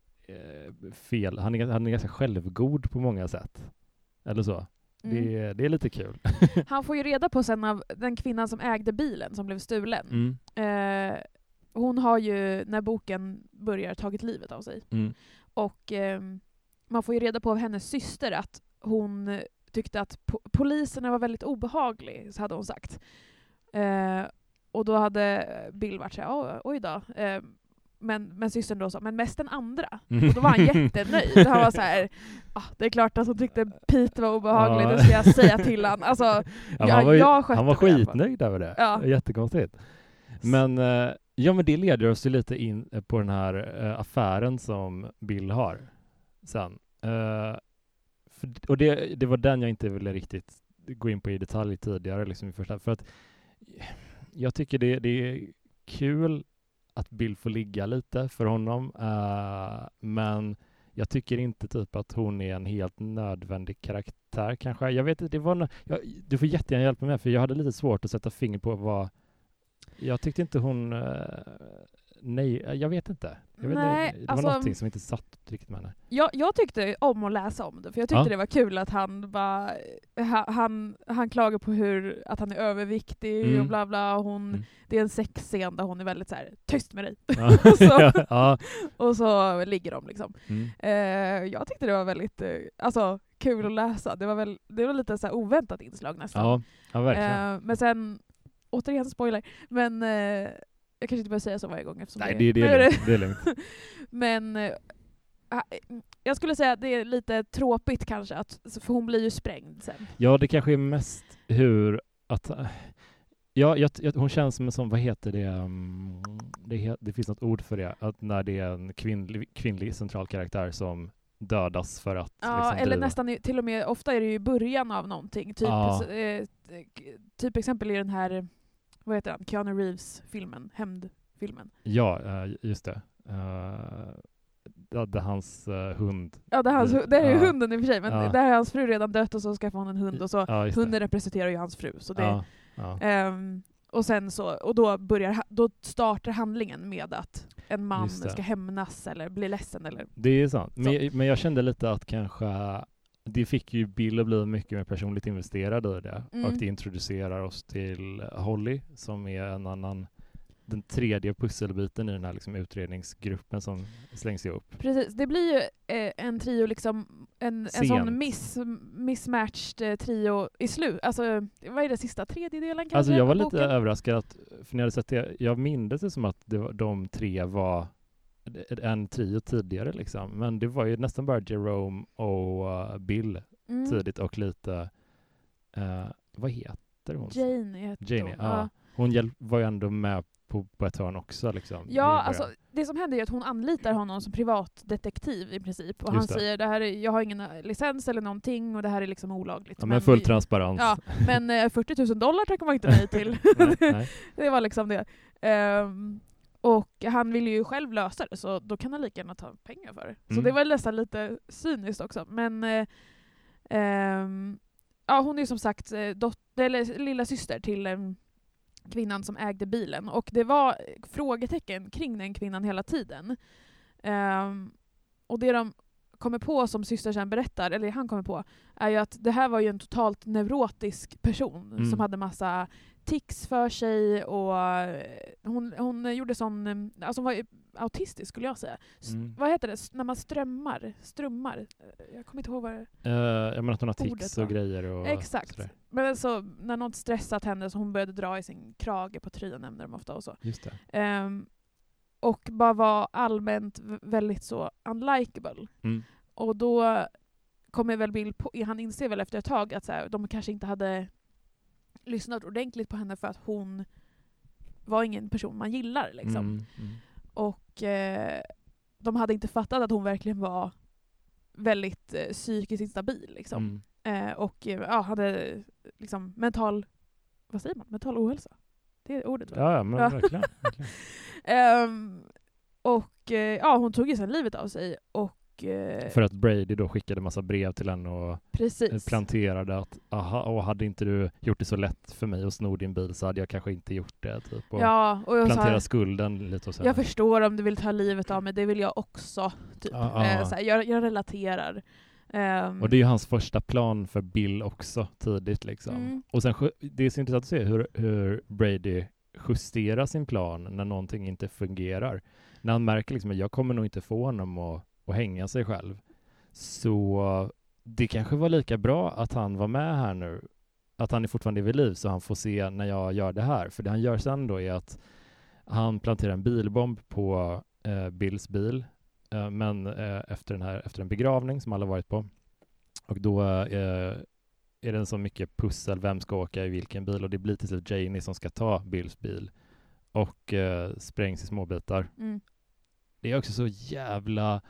fel. Han är ganska självgod på många sätt. Eller så. Det är lite kul. Han får ju reda på sen av den kvinnan som ägde bilen som blev stulen. Hon har ju, när boken börjar, tagit livet av sig. Och man får ju reda på av hennes syster att hon tyckte att poliserna var väldigt obehaglig, så hade hon sagt. Och då hade Bill varit så här, oj då. Men systern då sa, men mest den andra. Och då var han jättenöjd. Han var så här, det är klart att hon tyckte Pete var obehaglig, det ska jag säga till han. Alltså, han var skitnöjd över det. Ja. Jättekonstigt. Men men det leder oss ju lite in på den här affären som Bill har sen. Och det var den jag inte ville riktigt gå in på i detalj tidigare liksom i första. För att jag tycker det är kul att Bill får ligga lite för honom. Men jag tycker inte typ att hon är en helt nödvändig karaktär kanske. Jag vet inte, du får jättegärna hjälpa mig, för jag hade lite svårt att sätta finger på vad. Jag tyckte inte hon. Nej, jag vet inte. Det var någonting som inte satt riktigt med henne. Jag tyckte om att läsa om det, för jag tyckte det var kul att han bara han klagar på att han är överviktig och bla bla. Det är en sexscen där hon är väldigt så här, tyst med dig. Och så ligger de liksom. Jag tyckte det var väldigt kul att läsa. Det var lite så här oväntat inslag nästan. Ja, verkligen. Men sen återigen spoiler, men jag kanske inte behöver säga så varje gång eftersom det är lugnt. Men jag skulle säga att det är lite tråkigt kanske, för hon blir ju sprängd sen. Ja, det kanske är mest hur att hon känns som en sån, vad heter det? Det finns något ord för det, att när det är en kvinnlig central karaktär som dödas för att liksom eller nästan till och med, ofta är det ju början av någonting. Typ exempel i den här, vad heter den? Keanu Reeves-filmen, Hämndfilmen. Ja, just det. Det är hans hund. Ja, det är ju hunden i och för sig, men där är hans fru redan dött och så skaffar hon en hund och så hunden representerar ju hans fru. Så det, och sen så, och då startar handlingen med att en man ska hämnas eller bli ledsen. Eller det är sant. Men jag kände lite att kanske det fick ju Bill att bli mycket mer personligt investerad i det. Och det introducerar oss till Holly, som är den tredje pusselbiten i den här liksom utredningsgruppen som slängs ihop. Precis, det blir ju en trio, liksom en sån mismatched trio i slut. Alltså, vad är det sista tredjedelen kanske? Alltså jag var lite överraskad för när jag hade sett det. Jag minns det som att de tre var en trio tidigare liksom. Men det var ju nästan bara Jerome och Bill tidigt och lite vad heter hon? Janie, ja. Hon var ju ändå med på ett hörn också liksom. Ja, alltså det som händer är att hon anlitar honom som privatdetektiv i princip. Och han säger, jag har ingen licens eller någonting och det här är liksom olagligt. Ja, men full transparens. Ja, men $40,000 tackar man inte nej till. nej. Det var liksom det. Och han vill ju själv lösa det, så då kan han lika gärna ta pengar för det. Så det var nästan lite cyniskt också. Men hon är ju som sagt lilla syster till kvinnan som ägde bilen. Och det var frågetecken kring den kvinnan hela tiden. Och det de kommer på, som syster sen berättar, eller han kommer på, är ju att det här var ju en totalt neurotisk person som hade massa tics för sig, och hon gjorde sån, alltså var autistisk skulle jag säga. Vad heter det när man strummar? Jag kommer inte ihåg vad det jag menar att hon har tics och grejer och exakt. Sådär. Men alltså när något stressat hände så hon började dra i sin krage på tröjan, nämner de ofta och så. Just det. Och bara var allmänt väldigt så unlikable. Och då kommer väl Bill på, han inser väl efter ett tag att så här, de kanske inte hade lyssnat ordentligt på henne för att hon var ingen person man gillar liksom. Och de hade inte fattat att hon verkligen var väldigt psykiskt instabil liksom. Och hade liksom mental ohälsa. Det är ordet, va? Ja, men verkligen. Och hon tog ju sen livet av sig. Och för att Brady då skickade massa brev till henne och planterade att hade inte du gjort det så lätt för mig att sno din bil så hade jag kanske inte gjort det. Typ, och plantera skulden lite och så. Jag förstår om du vill ta livet av mig, det vill jag också. Typ. Så här, jag relaterar. Och det är ju hans första plan för Bill också tidigt liksom. Och sen det är så intressant att se hur Brady justerar sin plan när någonting inte fungerar. När han märker liksom att jag kommer nog inte få honom att hänga sig själv. Så det kanske var lika bra att han var med här nu. Att han är fortfarande vid liv så han får se när jag gör det här. För det han gör sen då är att han planterar en bilbomb på Bills bil. Men efter en begravning som alla varit på. Och då är det en så mycket pussel. Vem ska åka i vilken bil? Och det blir till slut Janie som ska ta Bills bil. Och sprängs i små bitar. Det är också så jävla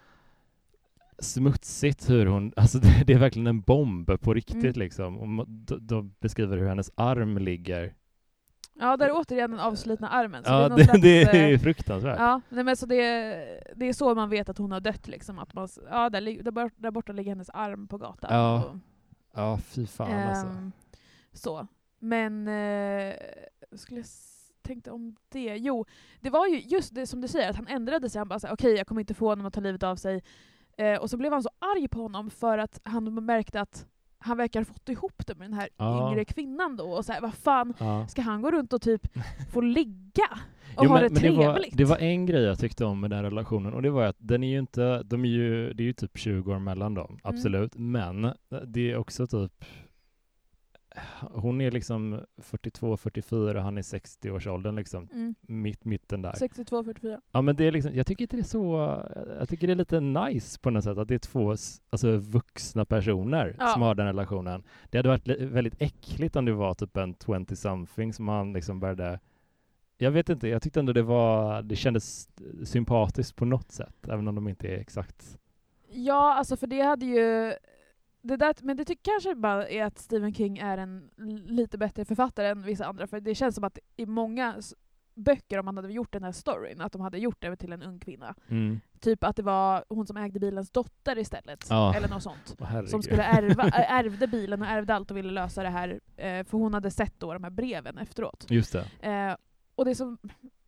smutsigt hur hon... Alltså det är verkligen en bomb på riktigt liksom. Och då beskriver hur hennes arm ligger. Ja, där är återigen den avslutna armen. Så ja, det är fruktansvärt. Ja, men så det är så man vet att hon har dött liksom. Att man, där borta ligger hennes arm på gatan. Ja, ja fy fan alltså. Så. Men skulle jag tänkte om det. Jo, det var ju just det som du säger, att han ändrade sig. Han bara okej, jag kommer inte få honom att ta livet av sig. Och så blev han så arg på honom för att han märkte att han verkar ha fått ihop det med den här yngre kvinnan då. Och så här, vad fan, ska han gå runt och typ få ligga och ha det trevligt? Det var en grej jag tyckte om med den relationen. Och det var att den är ju inte, det är ju typ 20 år mellan dem. Absolut. Men det är också typ, hon är liksom 42-44, han är 60-årsåldern liksom. Mitten där. 62-44. Ja, men det är liksom, jag tycker inte det är så, jag tycker det är lite nice på något sätt att det är två vuxna personer som har den relationen. Det hade varit väldigt äckligt om det var typ en 20-something som han liksom började, jag vet inte, jag tyckte ändå det kändes sympatiskt på något sätt, även om de inte är exakt. Ja, alltså för det hade ju men det tycker kanske bara är att Stephen King är en lite bättre författare än vissa andra, för det känns som att i många böcker, om man hade gjort den här storyn, att de hade gjort det till en ung kvinna. Typ att det var hon som ägde bilens dotter istället, eller något sånt. Som skulle ärvde bilen och ärvde allt och ville lösa det här, för hon hade sett då de här breven efteråt. Just det. Och det som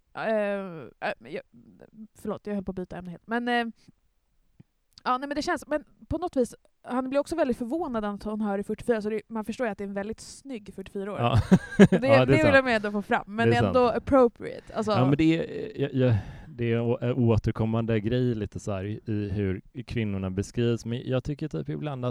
förlåt, jag höll på att byta ämne helt. Men men det känns, men på något vis, han blir också väldigt förvånad att hon hör i 44, så man förstår ju att det är en väldigt snygg 44 år. Ja. Det vill jag med ändå få fram, men det är ändå appropriate. Alltså. Ja, men det är en återkommande grej lite så här i hur kvinnorna beskrivs, men jag tycker typ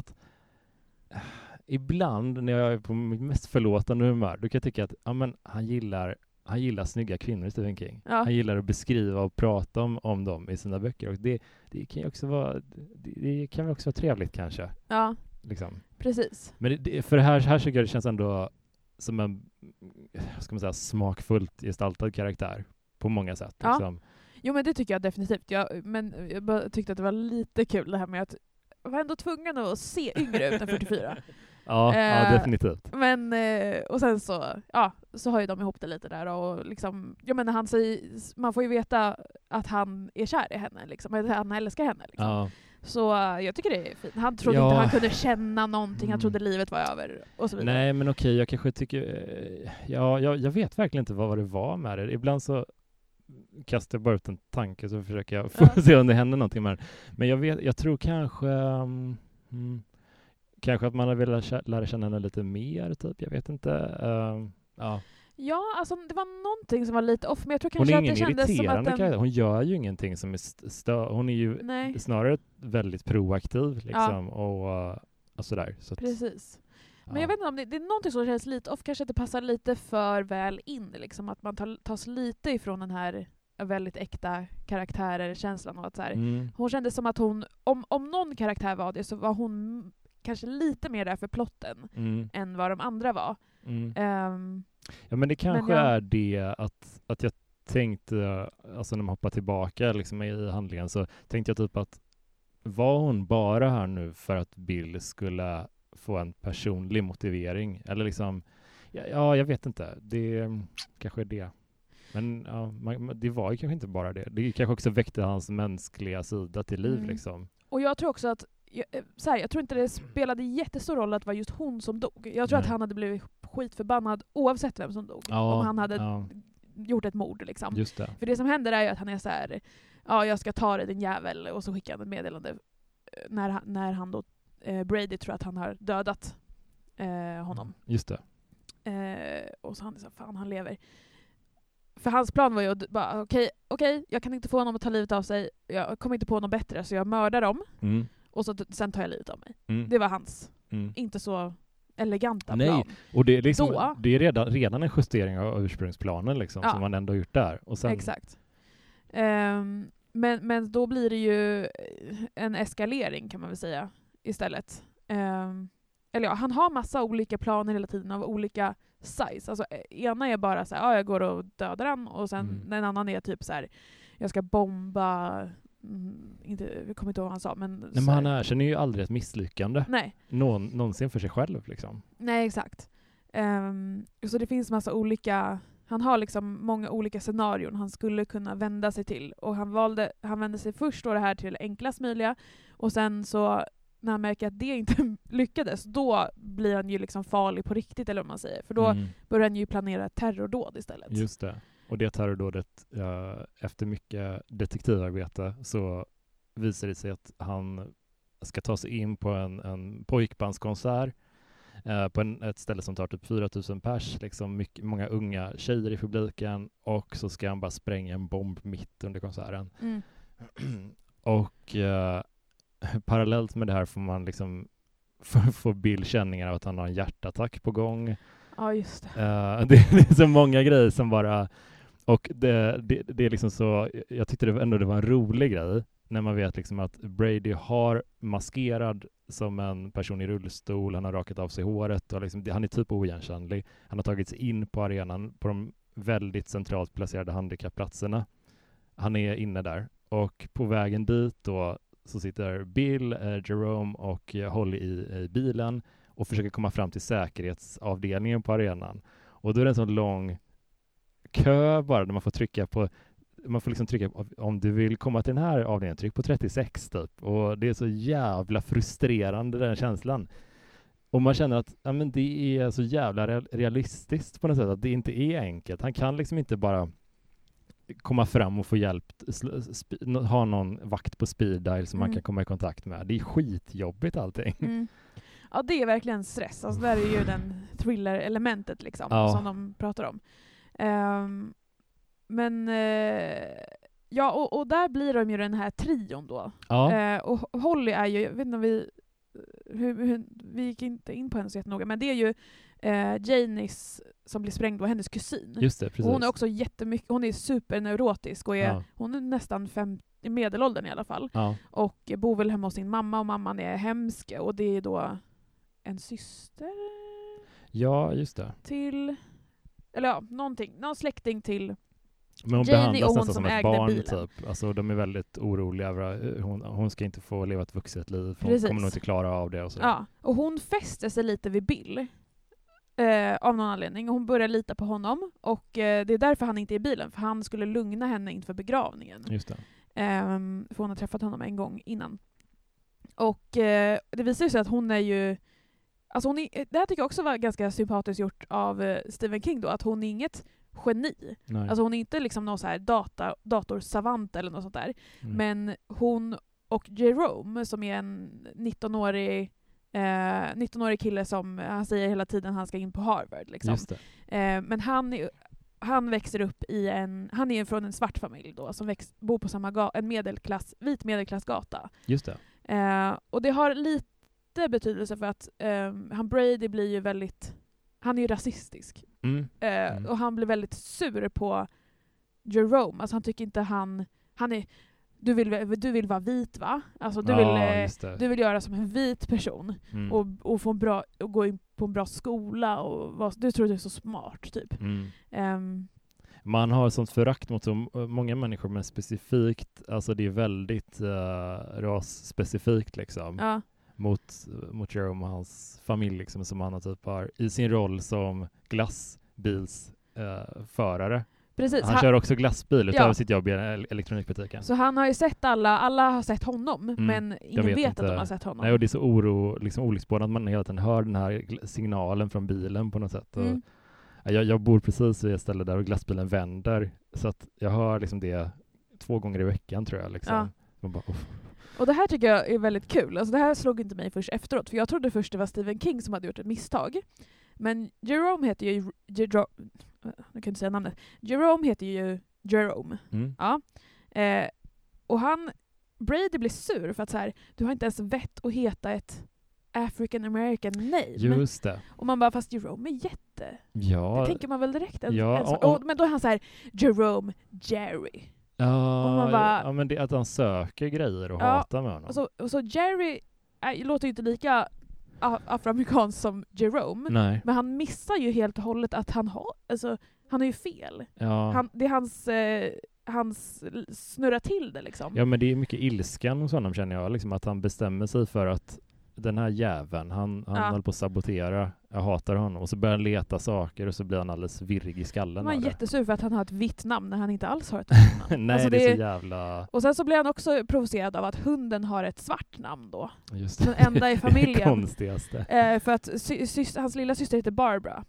ibland när jag är på mitt mest förlåtande humör, då kan jag tycka att han gillar snygga kvinnor i Stephen King. Ja. Han gillar att beskriva och prata om dem i sina böcker. Och det kan ju också vara, det kan väl också vara trevligt kanske. Ja, liksom. Precis. Men för här tycker jag det känns ändå som en, ska man säga, smakfullt gestaltad karaktär på många sätt. Ja. Liksom. Jo, men det tycker jag definitivt. Men jag bara tyckte att det var lite kul det här med att jag var ändå tvungen att se yngre ut än 44. Ja, definitivt. Men och sen så har ju de ihop det lite där och liksom, han säger, man får ju veta att han är kär i henne liksom, att han älskar henne liksom. Ja. Så jag tycker det är fint. Han trodde inte han kunde känna någonting, han trodde livet var över och så vidare. Nej, men okej, jag kanske tycker jag vet verkligen inte vad det var med det. Ibland så kastar jag bara ut en tanke så försöker jag få se om det händer någonting med det. Men jag tror kanske att man har velat lära känna henne lite mer, typ. Jag vet inte. Ja, alltså det var någonting som var lite off, men jag tror kanske att det kändes som att hon gör ju ingenting som är hon är ju snarare väldigt proaktiv liksom, och sådär. Så precis. Men jag vet inte om det är någonting som känns lite off, kanske att det passar lite för väl in liksom, att man tas lite ifrån den här väldigt äkta karaktärer, känslan av att så här, hon kände som att hon, om någon karaktär var det, så var hon kanske lite mer där för plotten än vad de andra var. Ja, men det kanske är det att jag tänkte, alltså när man hoppar tillbaka liksom i handlingen, så tänkte jag typ att var hon bara här nu för att Bill skulle få en personlig motivering? Eller liksom, ja jag vet inte. Det kanske är det. Men ja, det var ju kanske inte bara det. Det kanske också väckte hans mänskliga sida till liv. Liksom. Och jag tror också att jag tror inte det spelade jättestor roll att det var just hon som dog. Jag tror att han hade blivit skitförbannad oavsett vem som dog. Om han hade gjort ett mord. Liksom. Just det. För det som händer är ju att han är så här: ja, jag ska ta dig din jävel, och så skickar han ett meddelande när han då Brady tror att han har dödat honom. Just det. Och så han är så, fan, han lever. För hans plan var ju att bara, okej, jag kan inte få honom att ta livet av sig. Jag kommer inte på något bättre, så jag mördar dem. Och så sen tar jag livet av mig. Det var hans inte så eleganta plan. Och det är liksom, det är redan en justering av ursprungsplanen liksom, som man ändå gjort där. Och sen... Exakt. Men då blir det ju en eskalering, kan man väl säga, istället. Eller ja, han har massa olika planer hela tiden av olika size. Alltså ena är bara så här, jag går och dödar han, och sen den annan är typ så här, jag ska bomba, jag kommer inte ihåg vad han sa, men han erkänner ju aldrig ett misslyckande. Nej. Någonsin för sig själv liksom. Nej, exakt. Så det finns massa olika, han har liksom många olika scenarion han skulle kunna vända sig till, och han vände sig först då det här till enklast möjliga, och sen så när han märker att det inte lyckades, då blir han ju liksom farlig på riktigt, eller vad man säger. För då börjar han ju planera terrordåd istället. Just det. Och det terrordådet, efter mycket detektivarbete, så visar det sig att han ska ta sig in på en pojkbandskonsert på ett ställe som tar typ 4000 pers, liksom många unga tjejer i publiken, och så ska han bara spränga en bomb mitt under konserten. Och parallellt med det här får man liksom få Bill-känningar av att han har en hjärtattack på gång. Ja, just det. Det är så många grejer som bara... Och det är liksom så... Jag tyckte det var en rolig grej när man vet liksom att Brady har maskerad som en person i rullstol. Han har rakat av sig håret. Och liksom, han är typ oigenkännlig. Han har tagit sig in på arenan på de väldigt centralt placerade handikappplatserna. Han är inne där. Och på vägen dit då så sitter Bill, Jerome och Holly i bilen och försöker komma fram till säkerhetsavdelningen på arenan. Och då är det en sån lång kö bara där man får trycka på, om du vill komma till den här avdelningen, tryck på 36 typ. Och det är så jävla frustrerande, den känslan. Och man känner att men det är så jävla realistiskt på något sätt, att det inte är enkelt. Han kan liksom inte bara komma fram och få hjälp, ha någon vakt på speed dial som man kan komma i kontakt med. Det är skitjobbigt allting. Ja, det är verkligen stress. Alltså där är ju den thriller-elementet liksom, som de pratar om. Och där blir de ju den här trion då. Ja. Och Holly är ju, jag vet inte om vi gick inte in på henne så jättenoga, men det är ju Janice som blir sprängd, och hennes kusin. Just det, precis. Och hon är också hon är superneurotisk och hon är nästan i medelåldern i alla fall. Ja. Och bor väl hemma hos sin mamma, och mamman är hemsk, och det är då en syster. Ja, just det. Till, eller ja, någon släkting till men hon Janie, och hon nästan som som ett ägde barn, bilen. typ. Alltså, de är väldigt oroliga över hon ska inte få leva ett vuxet liv. Hon kommer nog inte klara av det. Och så. Ja, och hon fäster sig lite vid Bill av någon anledning. Och hon börjar lita på honom. Och det är därför han inte är i bilen. För han skulle lugna henne inför begravningen. Just det. För hon har träffat honom en gång innan. Och det visar sig att hon är ju... Alltså det här tycker jag också var ganska sympatiskt gjort av Stephen King då. Att hon är inget geni. Nej. Alltså hon är inte liksom någon så här datorsavant eller något sånt där. Mm. Men hon och Jerome, som är en 19-årig kille som han säger hela tiden han ska in på Harvard. Liksom. Just det. Men han växer upp han är från en svart familj då, som bor på samma vit medelklassgata. Just det. Och det har lite betydelse för att han Brady blir ju han är ju rasistisk. Och han blir väldigt sur på Jerome. Alltså han tycker inte han är... Du vill vara vit, va? Alltså du vill göra som en vit person och få och gå in på en bra skola och du tror du är så smart typ. Man har sånt förakt mot så många människor, men specifikt, alltså det är väldigt rasspecifikt liksom. Ja. Mot Jerome och hans familj liksom, som han typ har i sin roll som glassbilsförare. Precis. Han kör också glassbil utöver sitt jobb i elektronikbutiken. Så han har ju sett alla har sett honom, men ingen vet att de har sett honom. Nej, och det är så olycksbådande att man hela tiden hör den här signalen från bilen på något sätt. Och jag bor precis vid ett ställe där glassbilen vänder, så att jag hör liksom det 2 gånger i veckan tror jag. Liksom. Ja. Bara, och det här tycker jag är väldigt kul. Alltså det här slog inte mig först efteråt, för jag trodde först det var Stephen King som hade gjort ett misstag. Men Jerome heter ju... jag kan inte säga namnet. Jerome heter ju Jerome. Ja. Och Brady blir sur för att så här, du har inte ens vett att heta ett African American name. Just det. Och man bara, fast Jerome är jätte... Ja. Det tänker man väl direkt. Ja, men då är han så här, Jerome Jerry. Ja, och man bara, ja, men det är att han söker grejer och hatar med honom. Och så Jerry låter ju inte lika afroamerikansk som Jerome. Nej. Men han missar ju helt och hållet att han har ju fel. Ja. Det är hans snurra till det liksom. Ja, men det är mycket ilskan hos honom, känner jag. Liksom, att han bestämmer sig för att den här jäveln, han håller på att sabotera. Jag hatar honom. Och så börjar han leta saker och så blir han alldeles virrig i skallen. Han är jättesur för att han har ett vitt namn när han inte alls har ett vitt namn. Nej, alltså det är så jävla... Och sen så blir han också provocerad av att hunden har ett svart namn då. Just det. Den enda i familjen. Det konstigaste. För att hans lilla syster heter Barbara.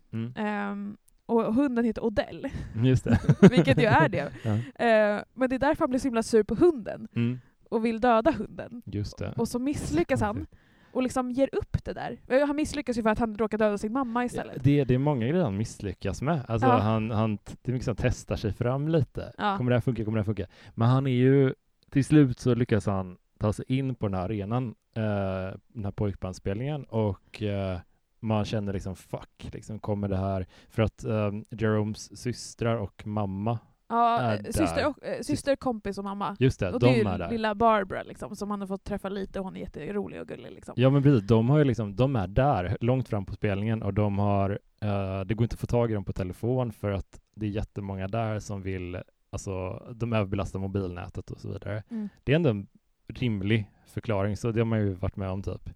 Och hunden heter Odell. Just det. Vilket ju är det. Ja. Men det är därför han blir så himla sur på hunden. Och vill döda hunden. Just det. Och så misslyckas han. Och liksom ger upp det där. Han misslyckas ju för att han råkar döda sin mamma istället. Ja, det är många grejer han misslyckas med. Alltså det är mycket som testar sig fram lite. Ja. Kommer det här funka? Men han är ju... Till slut så lyckas han ta sig in på den här arenan. Den här pojkbandsspelningen. Och man känner liksom fuck. Liksom, kommer det här... För att Jeromes systrar och mamma... Ja, syster, kompis och mamma. Just det, och de det är ju där. Lilla Barbara liksom, som han har fått träffa lite, och hon är jätterolig och gullig liksom. Ja, men precis, de är där långt fram på spelningen, och de har det går inte att få tag i dem på telefon för att det är jättemånga där som vill, alltså de överbelastar mobilnätet och så vidare. Det är ändå en rimlig förklaring, så det har man ju varit med om typ.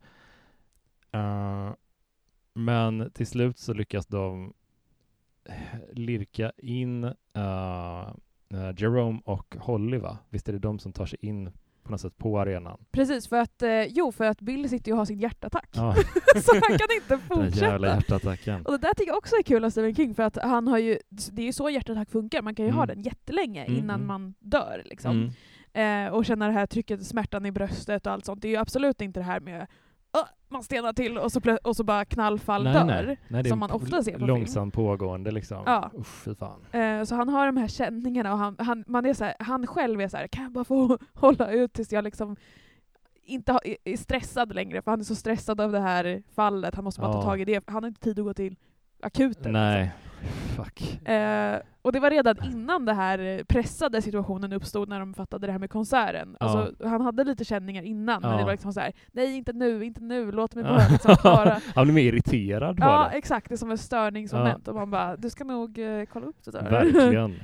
Men till slut så lyckas de lirka in Jerome och Holly, va? Visst är det de som tar sig in på något sätt på arenan? Precis, för att Bill sitter ju och har sin hjärtattack. Ja. Så han kan inte fortsätta. Den jävla hjärtattacken. Och det där tycker jag också är kul av Stephen King, för att han har ju, det är ju så hjärtattack funkar. Man kan ju ha den jättelänge innan man dör liksom. Och känna det här trycket, smärtan i bröstet och allt sånt. Det är ju absolut inte det här med man stenar till och så bara knallfall dör. Nej, som man ofta ser på långsamt pågående liksom. Ja. Fy fan. Så han har de här känningarna, och man är så här, han själv är så här, kan jag bara få hålla ut tills jag liksom inte är stressad längre, för han är så stressad av det här fallet. Han måste bara ta tag i det. Han har inte tid att gå till akuten. Nej. Liksom. Fuck. Och det var redan innan det här pressade situationen uppstod, när de fattade det här med konserten. Alltså, han hade lite känningar innan, men det var liksom så här: nej, inte nu, låt mig bara liksom klara. Han är mer irriterad på det. Ja, exakt. Det är som en störningsmoment. Och man bara, du ska nog kolla upp det där. Verkligen.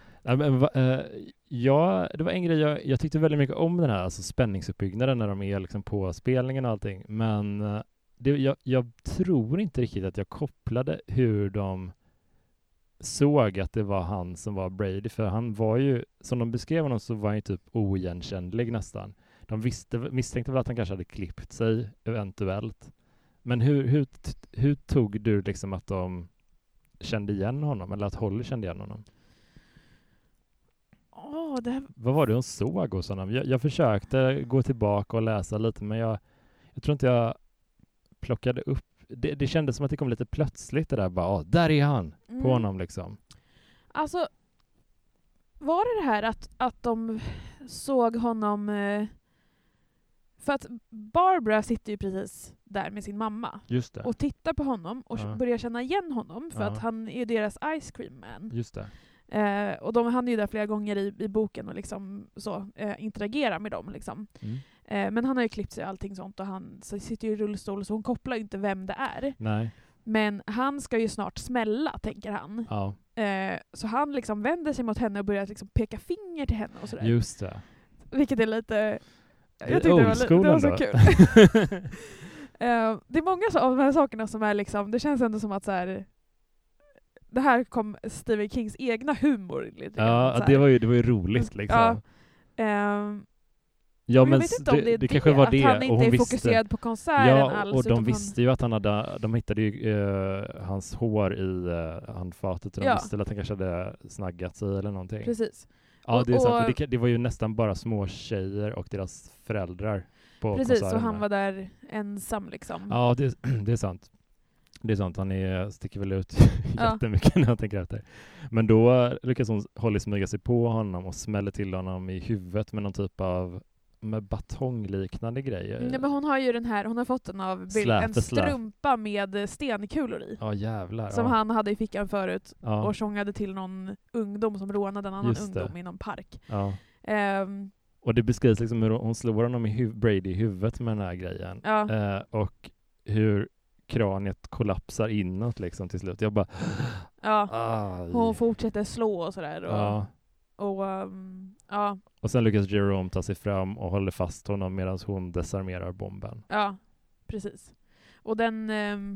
Det var en grej jag tyckte väldigt mycket om, den här alltså spänningsuppbyggnaden när de är liksom på spelningen och allting. Men jag tror inte riktigt att jag kopplade hur de såg att det var han som var Brady, för han var ju, som de beskrev honom, så var han ju typ oigenkännlig nästan. De misstänkte väl att han kanske hade klippt sig eventuellt. Men hur tog du liksom att de kände igen honom, eller att Holly kände igen honom? Vad var det hon såg hos honom? Jag försökte gå tillbaka och läsa lite, men jag tror inte jag plockade upp. Det kändes som att det kom lite plötsligt, det där bara, där är han på honom liksom. Alltså, var det här att de såg honom, för att Barbara sitter ju precis där med sin mamma. Just det. Och tittar på honom och börjar känna igen honom, för att han är deras ice cream man. Just det. Och de hann ju där flera gånger i boken och liksom så interagera med dem liksom. Men han har ju klippt sig och allting sånt och han så sitter ju i rullstol så hon kopplar ju inte vem det är. Nej. Men han ska ju snart smälla, tänker han. Ja. Så han liksom vänder sig mot henne och börjar liksom peka finger till henne och sådär. Just det. Vilket är lite... Jag tyckte det var så kul. Det är många av de här sakerna som är liksom... Det känns ändå som att så här, det här kom Stephen Kings egna humor. Lite ja, det var ju roligt liksom. Ja, men jag vet inte om det kanske var det. Att han inte är fokuserad på konserten alls. Och de visste ju att de hittade ju hans hår i handfatet och de visste att han kanske hade snaggat sig eller någonting. Precis. Ja, det är sant. Det var ju nästan bara små tjejer och deras föräldrar på precis, konserten. Så han var där ensam liksom. Ja, det är sant. Det är sant, han sticker väl ut jättemycket när han tänker efter. Men då lyckas Holly smyga sig på honom och smäller till honom i huvudet med någon typ av med batongliknande grejer. Nej, men hon har ju hon har fått den av Bill, en strumpa med stenkulor i. Ja, jävlar. Som han hade i fickan förut och sjungade till någon ungdom som rånade en annan ungdom i någon park. Ja. Och det beskrivs liksom hur hon slår honom Brady i huvudet med den här grejen. Ja. Och hur kraniet kollapsar inåt liksom till slut. Jag bara... Hon fortsätter slå och sådär. Och sen lyckas Jerome ta sig fram och håller fast honom medan hon desarmerar bomben. Ja, precis. Och den...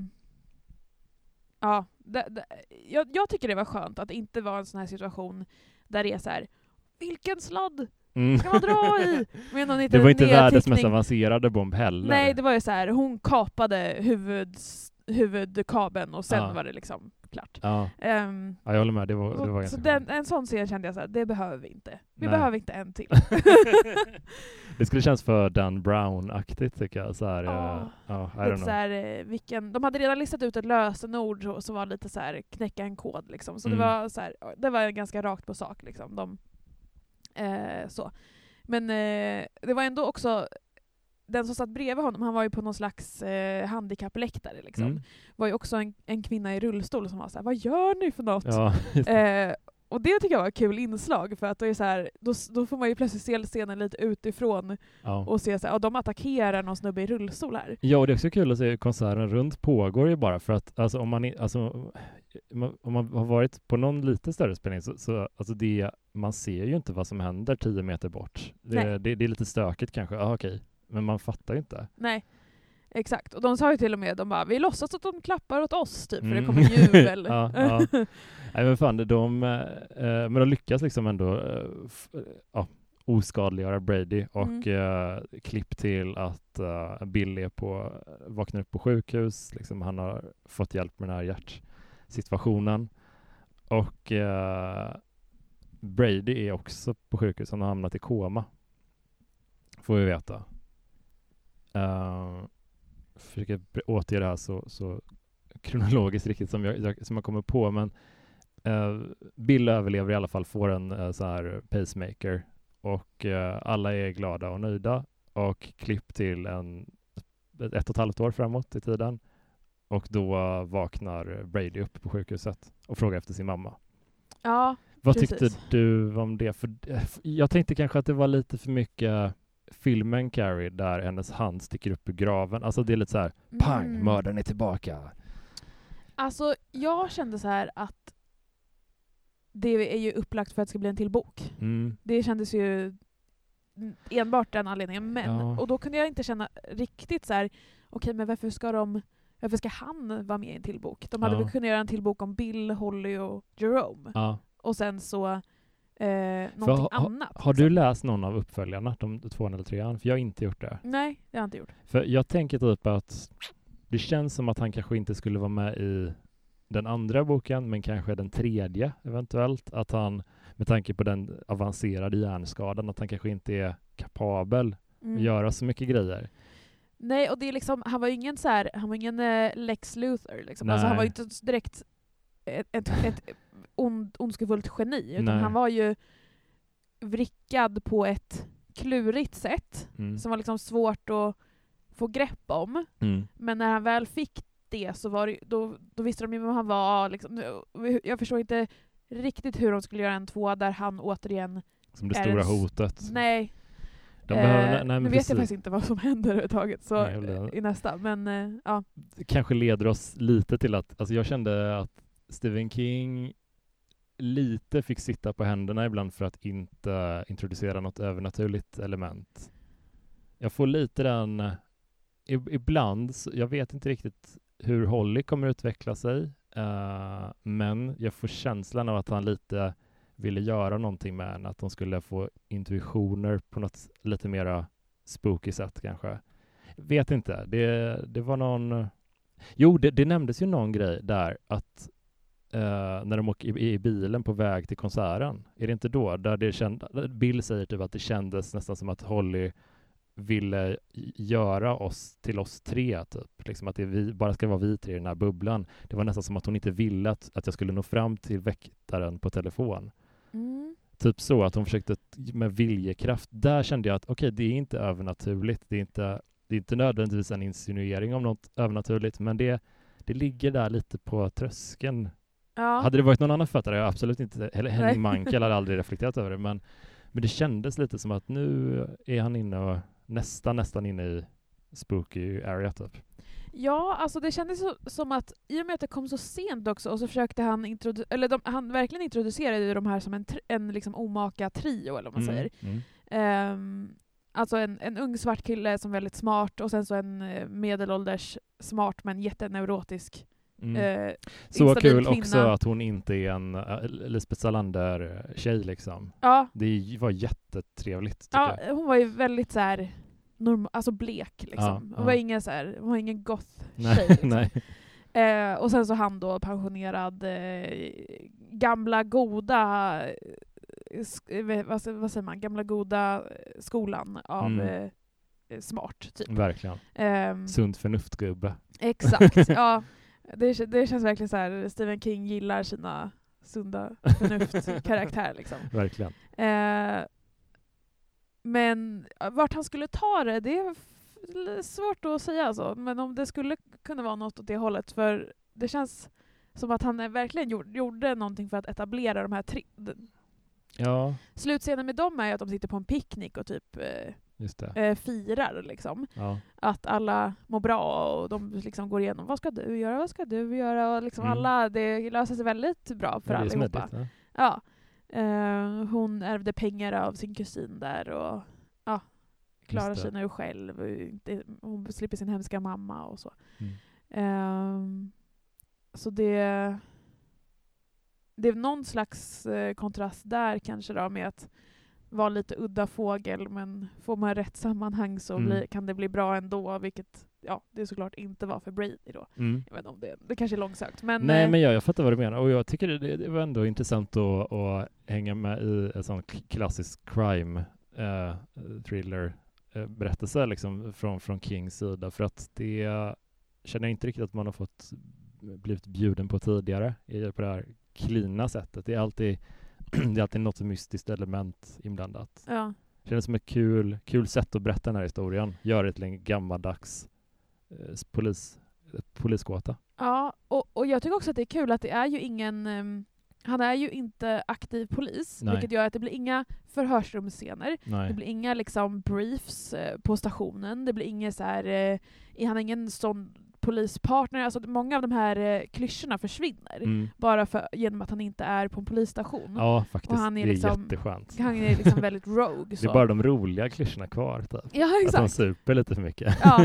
jag tycker det var skönt att det inte var en sån här situation där det är så här: vilken sladd ska man dra i? Men det var inte världens mest avancerade bomb heller. Nej, det var ju så här, hon kapade huvudkabeln och sen var det liksom klart. Ja, jag håller med. Det var ganska så en sån scen kände jag så här, det behöver vi inte. Vi behöver inte en till. Det skulle kännas för Dan Brown-aktigt tycker jag. Så här, så här, de hade redan listat ut ett lösenord som var lite så här knäcka en kod liksom. Så det var så här, det var ganska rakt på sak liksom. Så. Men det var ändå också den som satt bredvid honom, han var ju på någon slags handikappläktare liksom. Var ju också en kvinna i rullstol som var så här: vad gör ni för något? Ja, och det tycker jag var ett kul inslag för att då är så här, då får man ju plötsligt se scenen lite utifrån och se så här, de attackerar någon snubbe i rullstol här. Ja, och det är också kul att se konserten runt pågår ju bara för att alltså, om man har varit på någon lite större spelning så alltså man ser ju inte vad som händer 10 meter bort. Det är lite stökigt kanske. Okej. Men man fattar ju inte. Nej, exakt. Och de sa ju till och med, vi låtsas att de klappar åt oss typ, för det kommer jubel. Nej men fan, men de lyckas liksom ändå oskadliggöra Brady och klipp till att Bill vaknar upp på sjukhus. Liksom, han har fått hjälp med den här hjärtsituationen. Och Brady är också på sjukhus. Han har hamnat i koma. Får vi veta. Försöker återge det här så kronologiskt riktigt som jag kommer på, men Bill överlever i alla fall, får en så här pacemaker och alla är glada och nöjda och klipp till 1,5 år framåt i tiden och då vaknar Brady upp på sjukhuset och frågar efter sin mamma. Ja, vad precis. Tyckte du om det? För jag tänkte kanske att det var lite för mycket filmen Carrie där hennes hand sticker upp ur graven. Alltså det är lite så här, pang, mördaren är tillbaka. Alltså jag kände så här att det är ju upplagt för att det ska bli en till bok. Det kändes ju enbart den anledningen. Men, och då kunde jag inte känna riktigt så här, okej, men varför ska han vara med i en till bok? De hade väl kunnat göra en till bok om Bill, Holly och Jerome. Och sen så någonting annat. Har du läst någon av uppföljarna, de 2 eller 3? För jag har inte gjort det. Nej, det har jag inte gjort. För jag tänker typ att det känns som att han kanske inte skulle vara med i den andra boken, men kanske den 3 eventuellt. Att han, med tanke på den avancerade hjärnskadan, att han kanske inte är kapabel att göra så mycket grejer. Nej, och det är liksom, han var ingen Lex Luthor liksom. Alltså, han var ju inte direkt ett ondskefullt geni, utan han var ju vrickad på ett klurigt sätt som var liksom svårt att få grepp om. Men när han väl fick det så var det, då visste de ju vem han var liksom. Jag förstår inte riktigt hur de skulle göra en 2 där han återigen som det stora hotet. Nej. Nu vet jag faktiskt inte vad som händer överhuvudtaget så i nästa. Men ja. Det kanske leder oss lite till att, alltså jag kände att Stephen King lite fick sitta på händerna ibland för att inte introducera något övernaturligt element. Jag får lite den ibland, jag vet inte riktigt hur Holly kommer utveckla sig, men jag får känslan av att han lite ville göra någonting med henne, att de skulle få intuitioner på något lite mera spooky sätt kanske. Vet inte, det var någon... Jo, det nämndes ju någon grej där att när de åker i bilen på väg till konserten, är det inte då? Där Bill säger typ att det kändes nästan som att Holly ville göra oss till oss 3 typ. Liksom att det bara ska vara vi 3 i den här bubblan. Det var nästan som att hon inte ville att jag skulle nå fram till väktaren på telefon. Typ så, att hon försökte med viljekraft. Där kände jag att okej, det är inte övernaturligt. Det är inte nödvändigtvis en insinuering om något övernaturligt, men det ligger där lite på tröskeln. Ja. Hade det varit någon annan författare, jag absolut inte, eller Henning Mankell hade aldrig reflekterat över det, men det kändes lite som att nu är han inne och nästan inne i spooky area typ. Ja, alltså det kändes som att i och med att det kom så sent också, och så försökte han han verkligen introducerade de här som en liksom omaka trio, eller vad man säger. Alltså en ung svart kille som är väldigt smart, och sen så en medelålders smart men jätteneurotisk så kul kvinna. Också att hon inte är en Lisbeth Salander-tjej liksom. Ja. Det var jättetrevligt tycker jag. Hon var ju väldigt så här alltså blek liksom. Hon var ingen goth-tjej liksom. Nej. Och sen så han då pensionerad gamla goda vad säger man? Gamla goda skolan av smart typ. Verkligen. Sunt förnuftgubbe. Exakt. Ja. Det känns verkligen så här, Stephen King gillar sina sunda förnuft-karaktär liksom. Verkligen. Men vart han skulle ta det är svårt att säga alltså. Men om det skulle kunna vara något åt det hållet, för det känns som att han verkligen gjorde någonting för att etablera de här 3. Ja. Slutscenen med dem är att de sitter på en picknick och typ firar liksom. Ja. Att alla mår bra och de liksom går igenom vad ska du göra och liksom alla, det löser sig väldigt bra för allihopa. Ja. Hon ärvde pengar av sin kusin där och klarar sig nu själv. Hon slipper sin hemska mamma och så. Så det är någon slags kontrast där kanske då, med att vara lite udda fågel, men får man rätt sammanhang så kan det bli bra ändå, vilket det såklart inte var för Brady då. Jag vet inte om det kanske är långsökt. Men, nej, men jag fattar vad du menar, och jag tycker det var ändå intressant att hänga med i en sån klassisk crime thriller berättelse liksom, från Kings sida, för att det känner jag inte riktigt att man har fått blivit bjuden på tidigare på det här klina sättet. Det är alltid något mystiskt element inblandat. Ja. Det känns som ett kul sätt att berätta den här historien. Gör det till en gammaldags polisgåta. Ja, och jag tycker också att det är kul att det är ju ingen... han är ju inte aktiv polis, vilket gör att det blir inga förhörsrumsscener. Det blir inga liksom briefs på stationen. Det blir inga så här... han är ingen sån polispartner. Alltså många av de här klyschorna försvinner bara genom att han inte är på en polisstation. Ja, faktiskt. Och han är det är liksom, jätteskönt. Han är liksom väldigt rogue. Så. Det är bara de roliga klyschorna kvar. Typ. Ja, exakt. Att de super lite för mycket. Ja.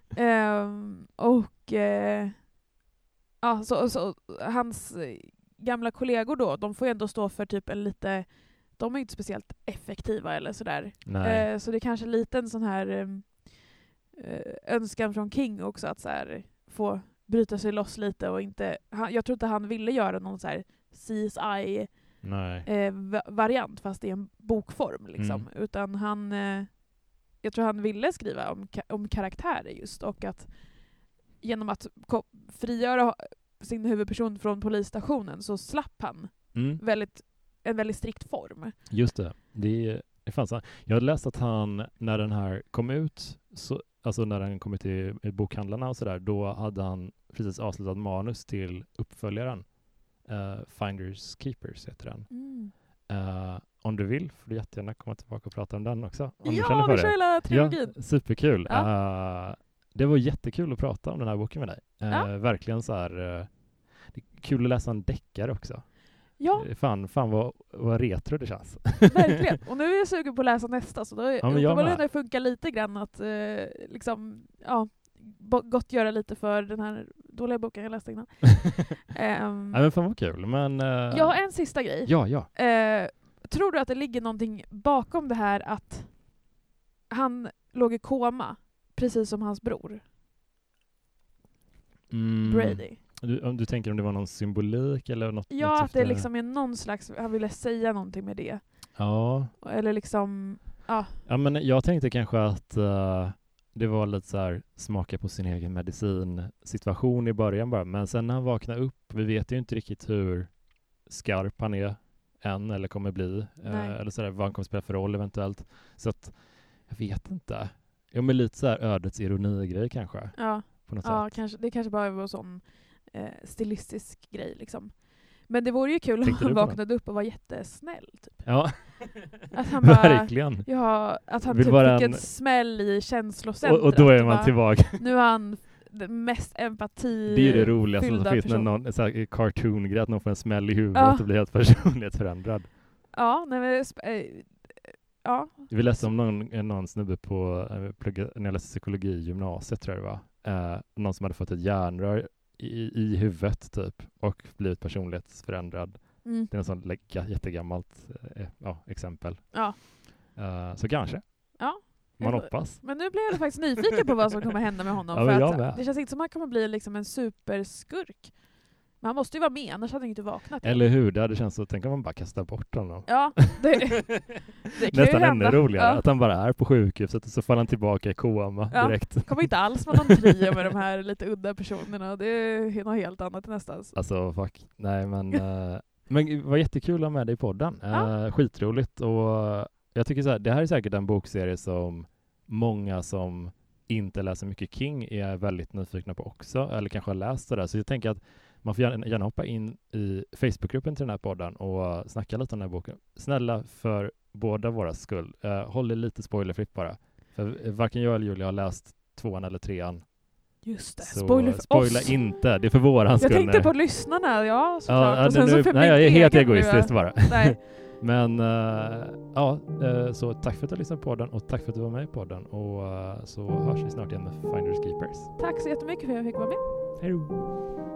Så hans gamla kollegor då, de får ju ändå stå för typ en lite... De är inte speciellt effektiva eller sådär. Så det är kanske lite en sån här... önskan från King också att så här, få bryta sig loss lite och inte... jag tror inte han ville göra någon så här CSI variant fast i en bokform liksom. Utan jag tror han ville skriva om karaktärer just, och att genom att frigöra sin huvudperson från polisstationen så slapp han en väldigt strikt form. Just det. Det fanns. Jag hade läst att han, när den här kom ut, alltså när den kom ut i bokhandlarna och sådär, då hade han precis avslutat manus till uppföljaren. Finders Keepers heter den. Om du vill får du jättegärna komma tillbaka och prata om den också. Om du känner för vi kör hela trilogin. Ja, superkul. Det var jättekul att prata om den här boken med dig. Verkligen så här, det är kul att läsa en deckare också. Ja. Fan vad retro det känns. Verkligen. Och nu är jag sugen på att läsa nästa, så då det funkar lite grann att gott göra lite för den här dåliga boken jag läste innan. Men fan vad kul. Men, jag har en sista grej. Ja. Tror du att det ligger någonting bakom det här att han låg i koma precis som hans bror? Brady. Du tänker om det var någon symbolik eller något? Ja, något att det liksom är någon slags, han ville säga någonting med det. Ja. Eller liksom, ja. Ja, men jag tänkte kanske att det var lite så här smaka på sin egen medicin-situation i början bara. Men sen när han vaknar upp, vi vet ju inte riktigt hur skarp han är än eller kommer bli. Eller så där, vad han kommer spela för roll eventuellt. Så att, jag vet inte. Ja, men lite så här ödets ironi-grej kanske. Ja. På något sätt. Kanske, det kanske bara var en sån stilistisk grej liksom. Men det vore ju kul om han vaknade upp och var jättesnäll typ. Ja, att han bara, verkligen. Ja, att han typ fick en smäll i känslocentret. Och då är man tillbaka. Nu är han den mest empati. Det är ju det roligaste som finns när någon så här cartoon-grej, att någon får en smäll i huvudet och blir helt personlighetsförändrad. Ja, nej men ja. Vi läste om någon snubbe på när jag läste psykologi i gymnasiet tror jag det var. Någon som hade fått ett järnrör i huvudet typ och blivit personlighetsförändrad. Det är en sån jättegammalt exempel. Ja. Så kanske. Ja. Man hoppas. Men nu blir jag faktiskt nyfiken på vad som kommer hända med honom. Ja, för att det känns inte som att han kommer bli liksom en superskurk. Men han måste ju vara med, annars hade han inte vaknat. Eller hur? Det hade känts så. Tänk om man bara kastar bort honom. Ja, det nästan ännu roligare. Ja. Att han bara är på sjukhuset och så faller han tillbaka i koma direkt. Kommer inte alls vara någon trio med de här lite udda personerna. Det är något helt annat nästan. Alltså, fuck. Nej, men det var jättekul att ha med dig i podden. Skitroligt. Och jag tycker så här, det här är säkert en bokserie som många som inte läser mycket King är väldigt nyfikna på också. Eller kanske har läst det där. Så jag tänker att man får gärna hoppa in i Facebookgruppen till den här podden och snacka lite om den här boken. Snälla, för båda våra skull. Håll det lite spoilerfritt bara. För varken jag eller Julia har läst 2:an eller 3:an. Just det. Så spoila inte. Det är för våran skull. Jag tänkte på lyssnarna, ja såklart. Ja, och sen så för nej, jag är helt egoistisk bara. Nej. Men så tack för att du lyssnade på den och tack för att du var med i podden. Och så hörs vi snart igen med Finders Keepers. Tack så jättemycket för att jag fick vara med. Hej då.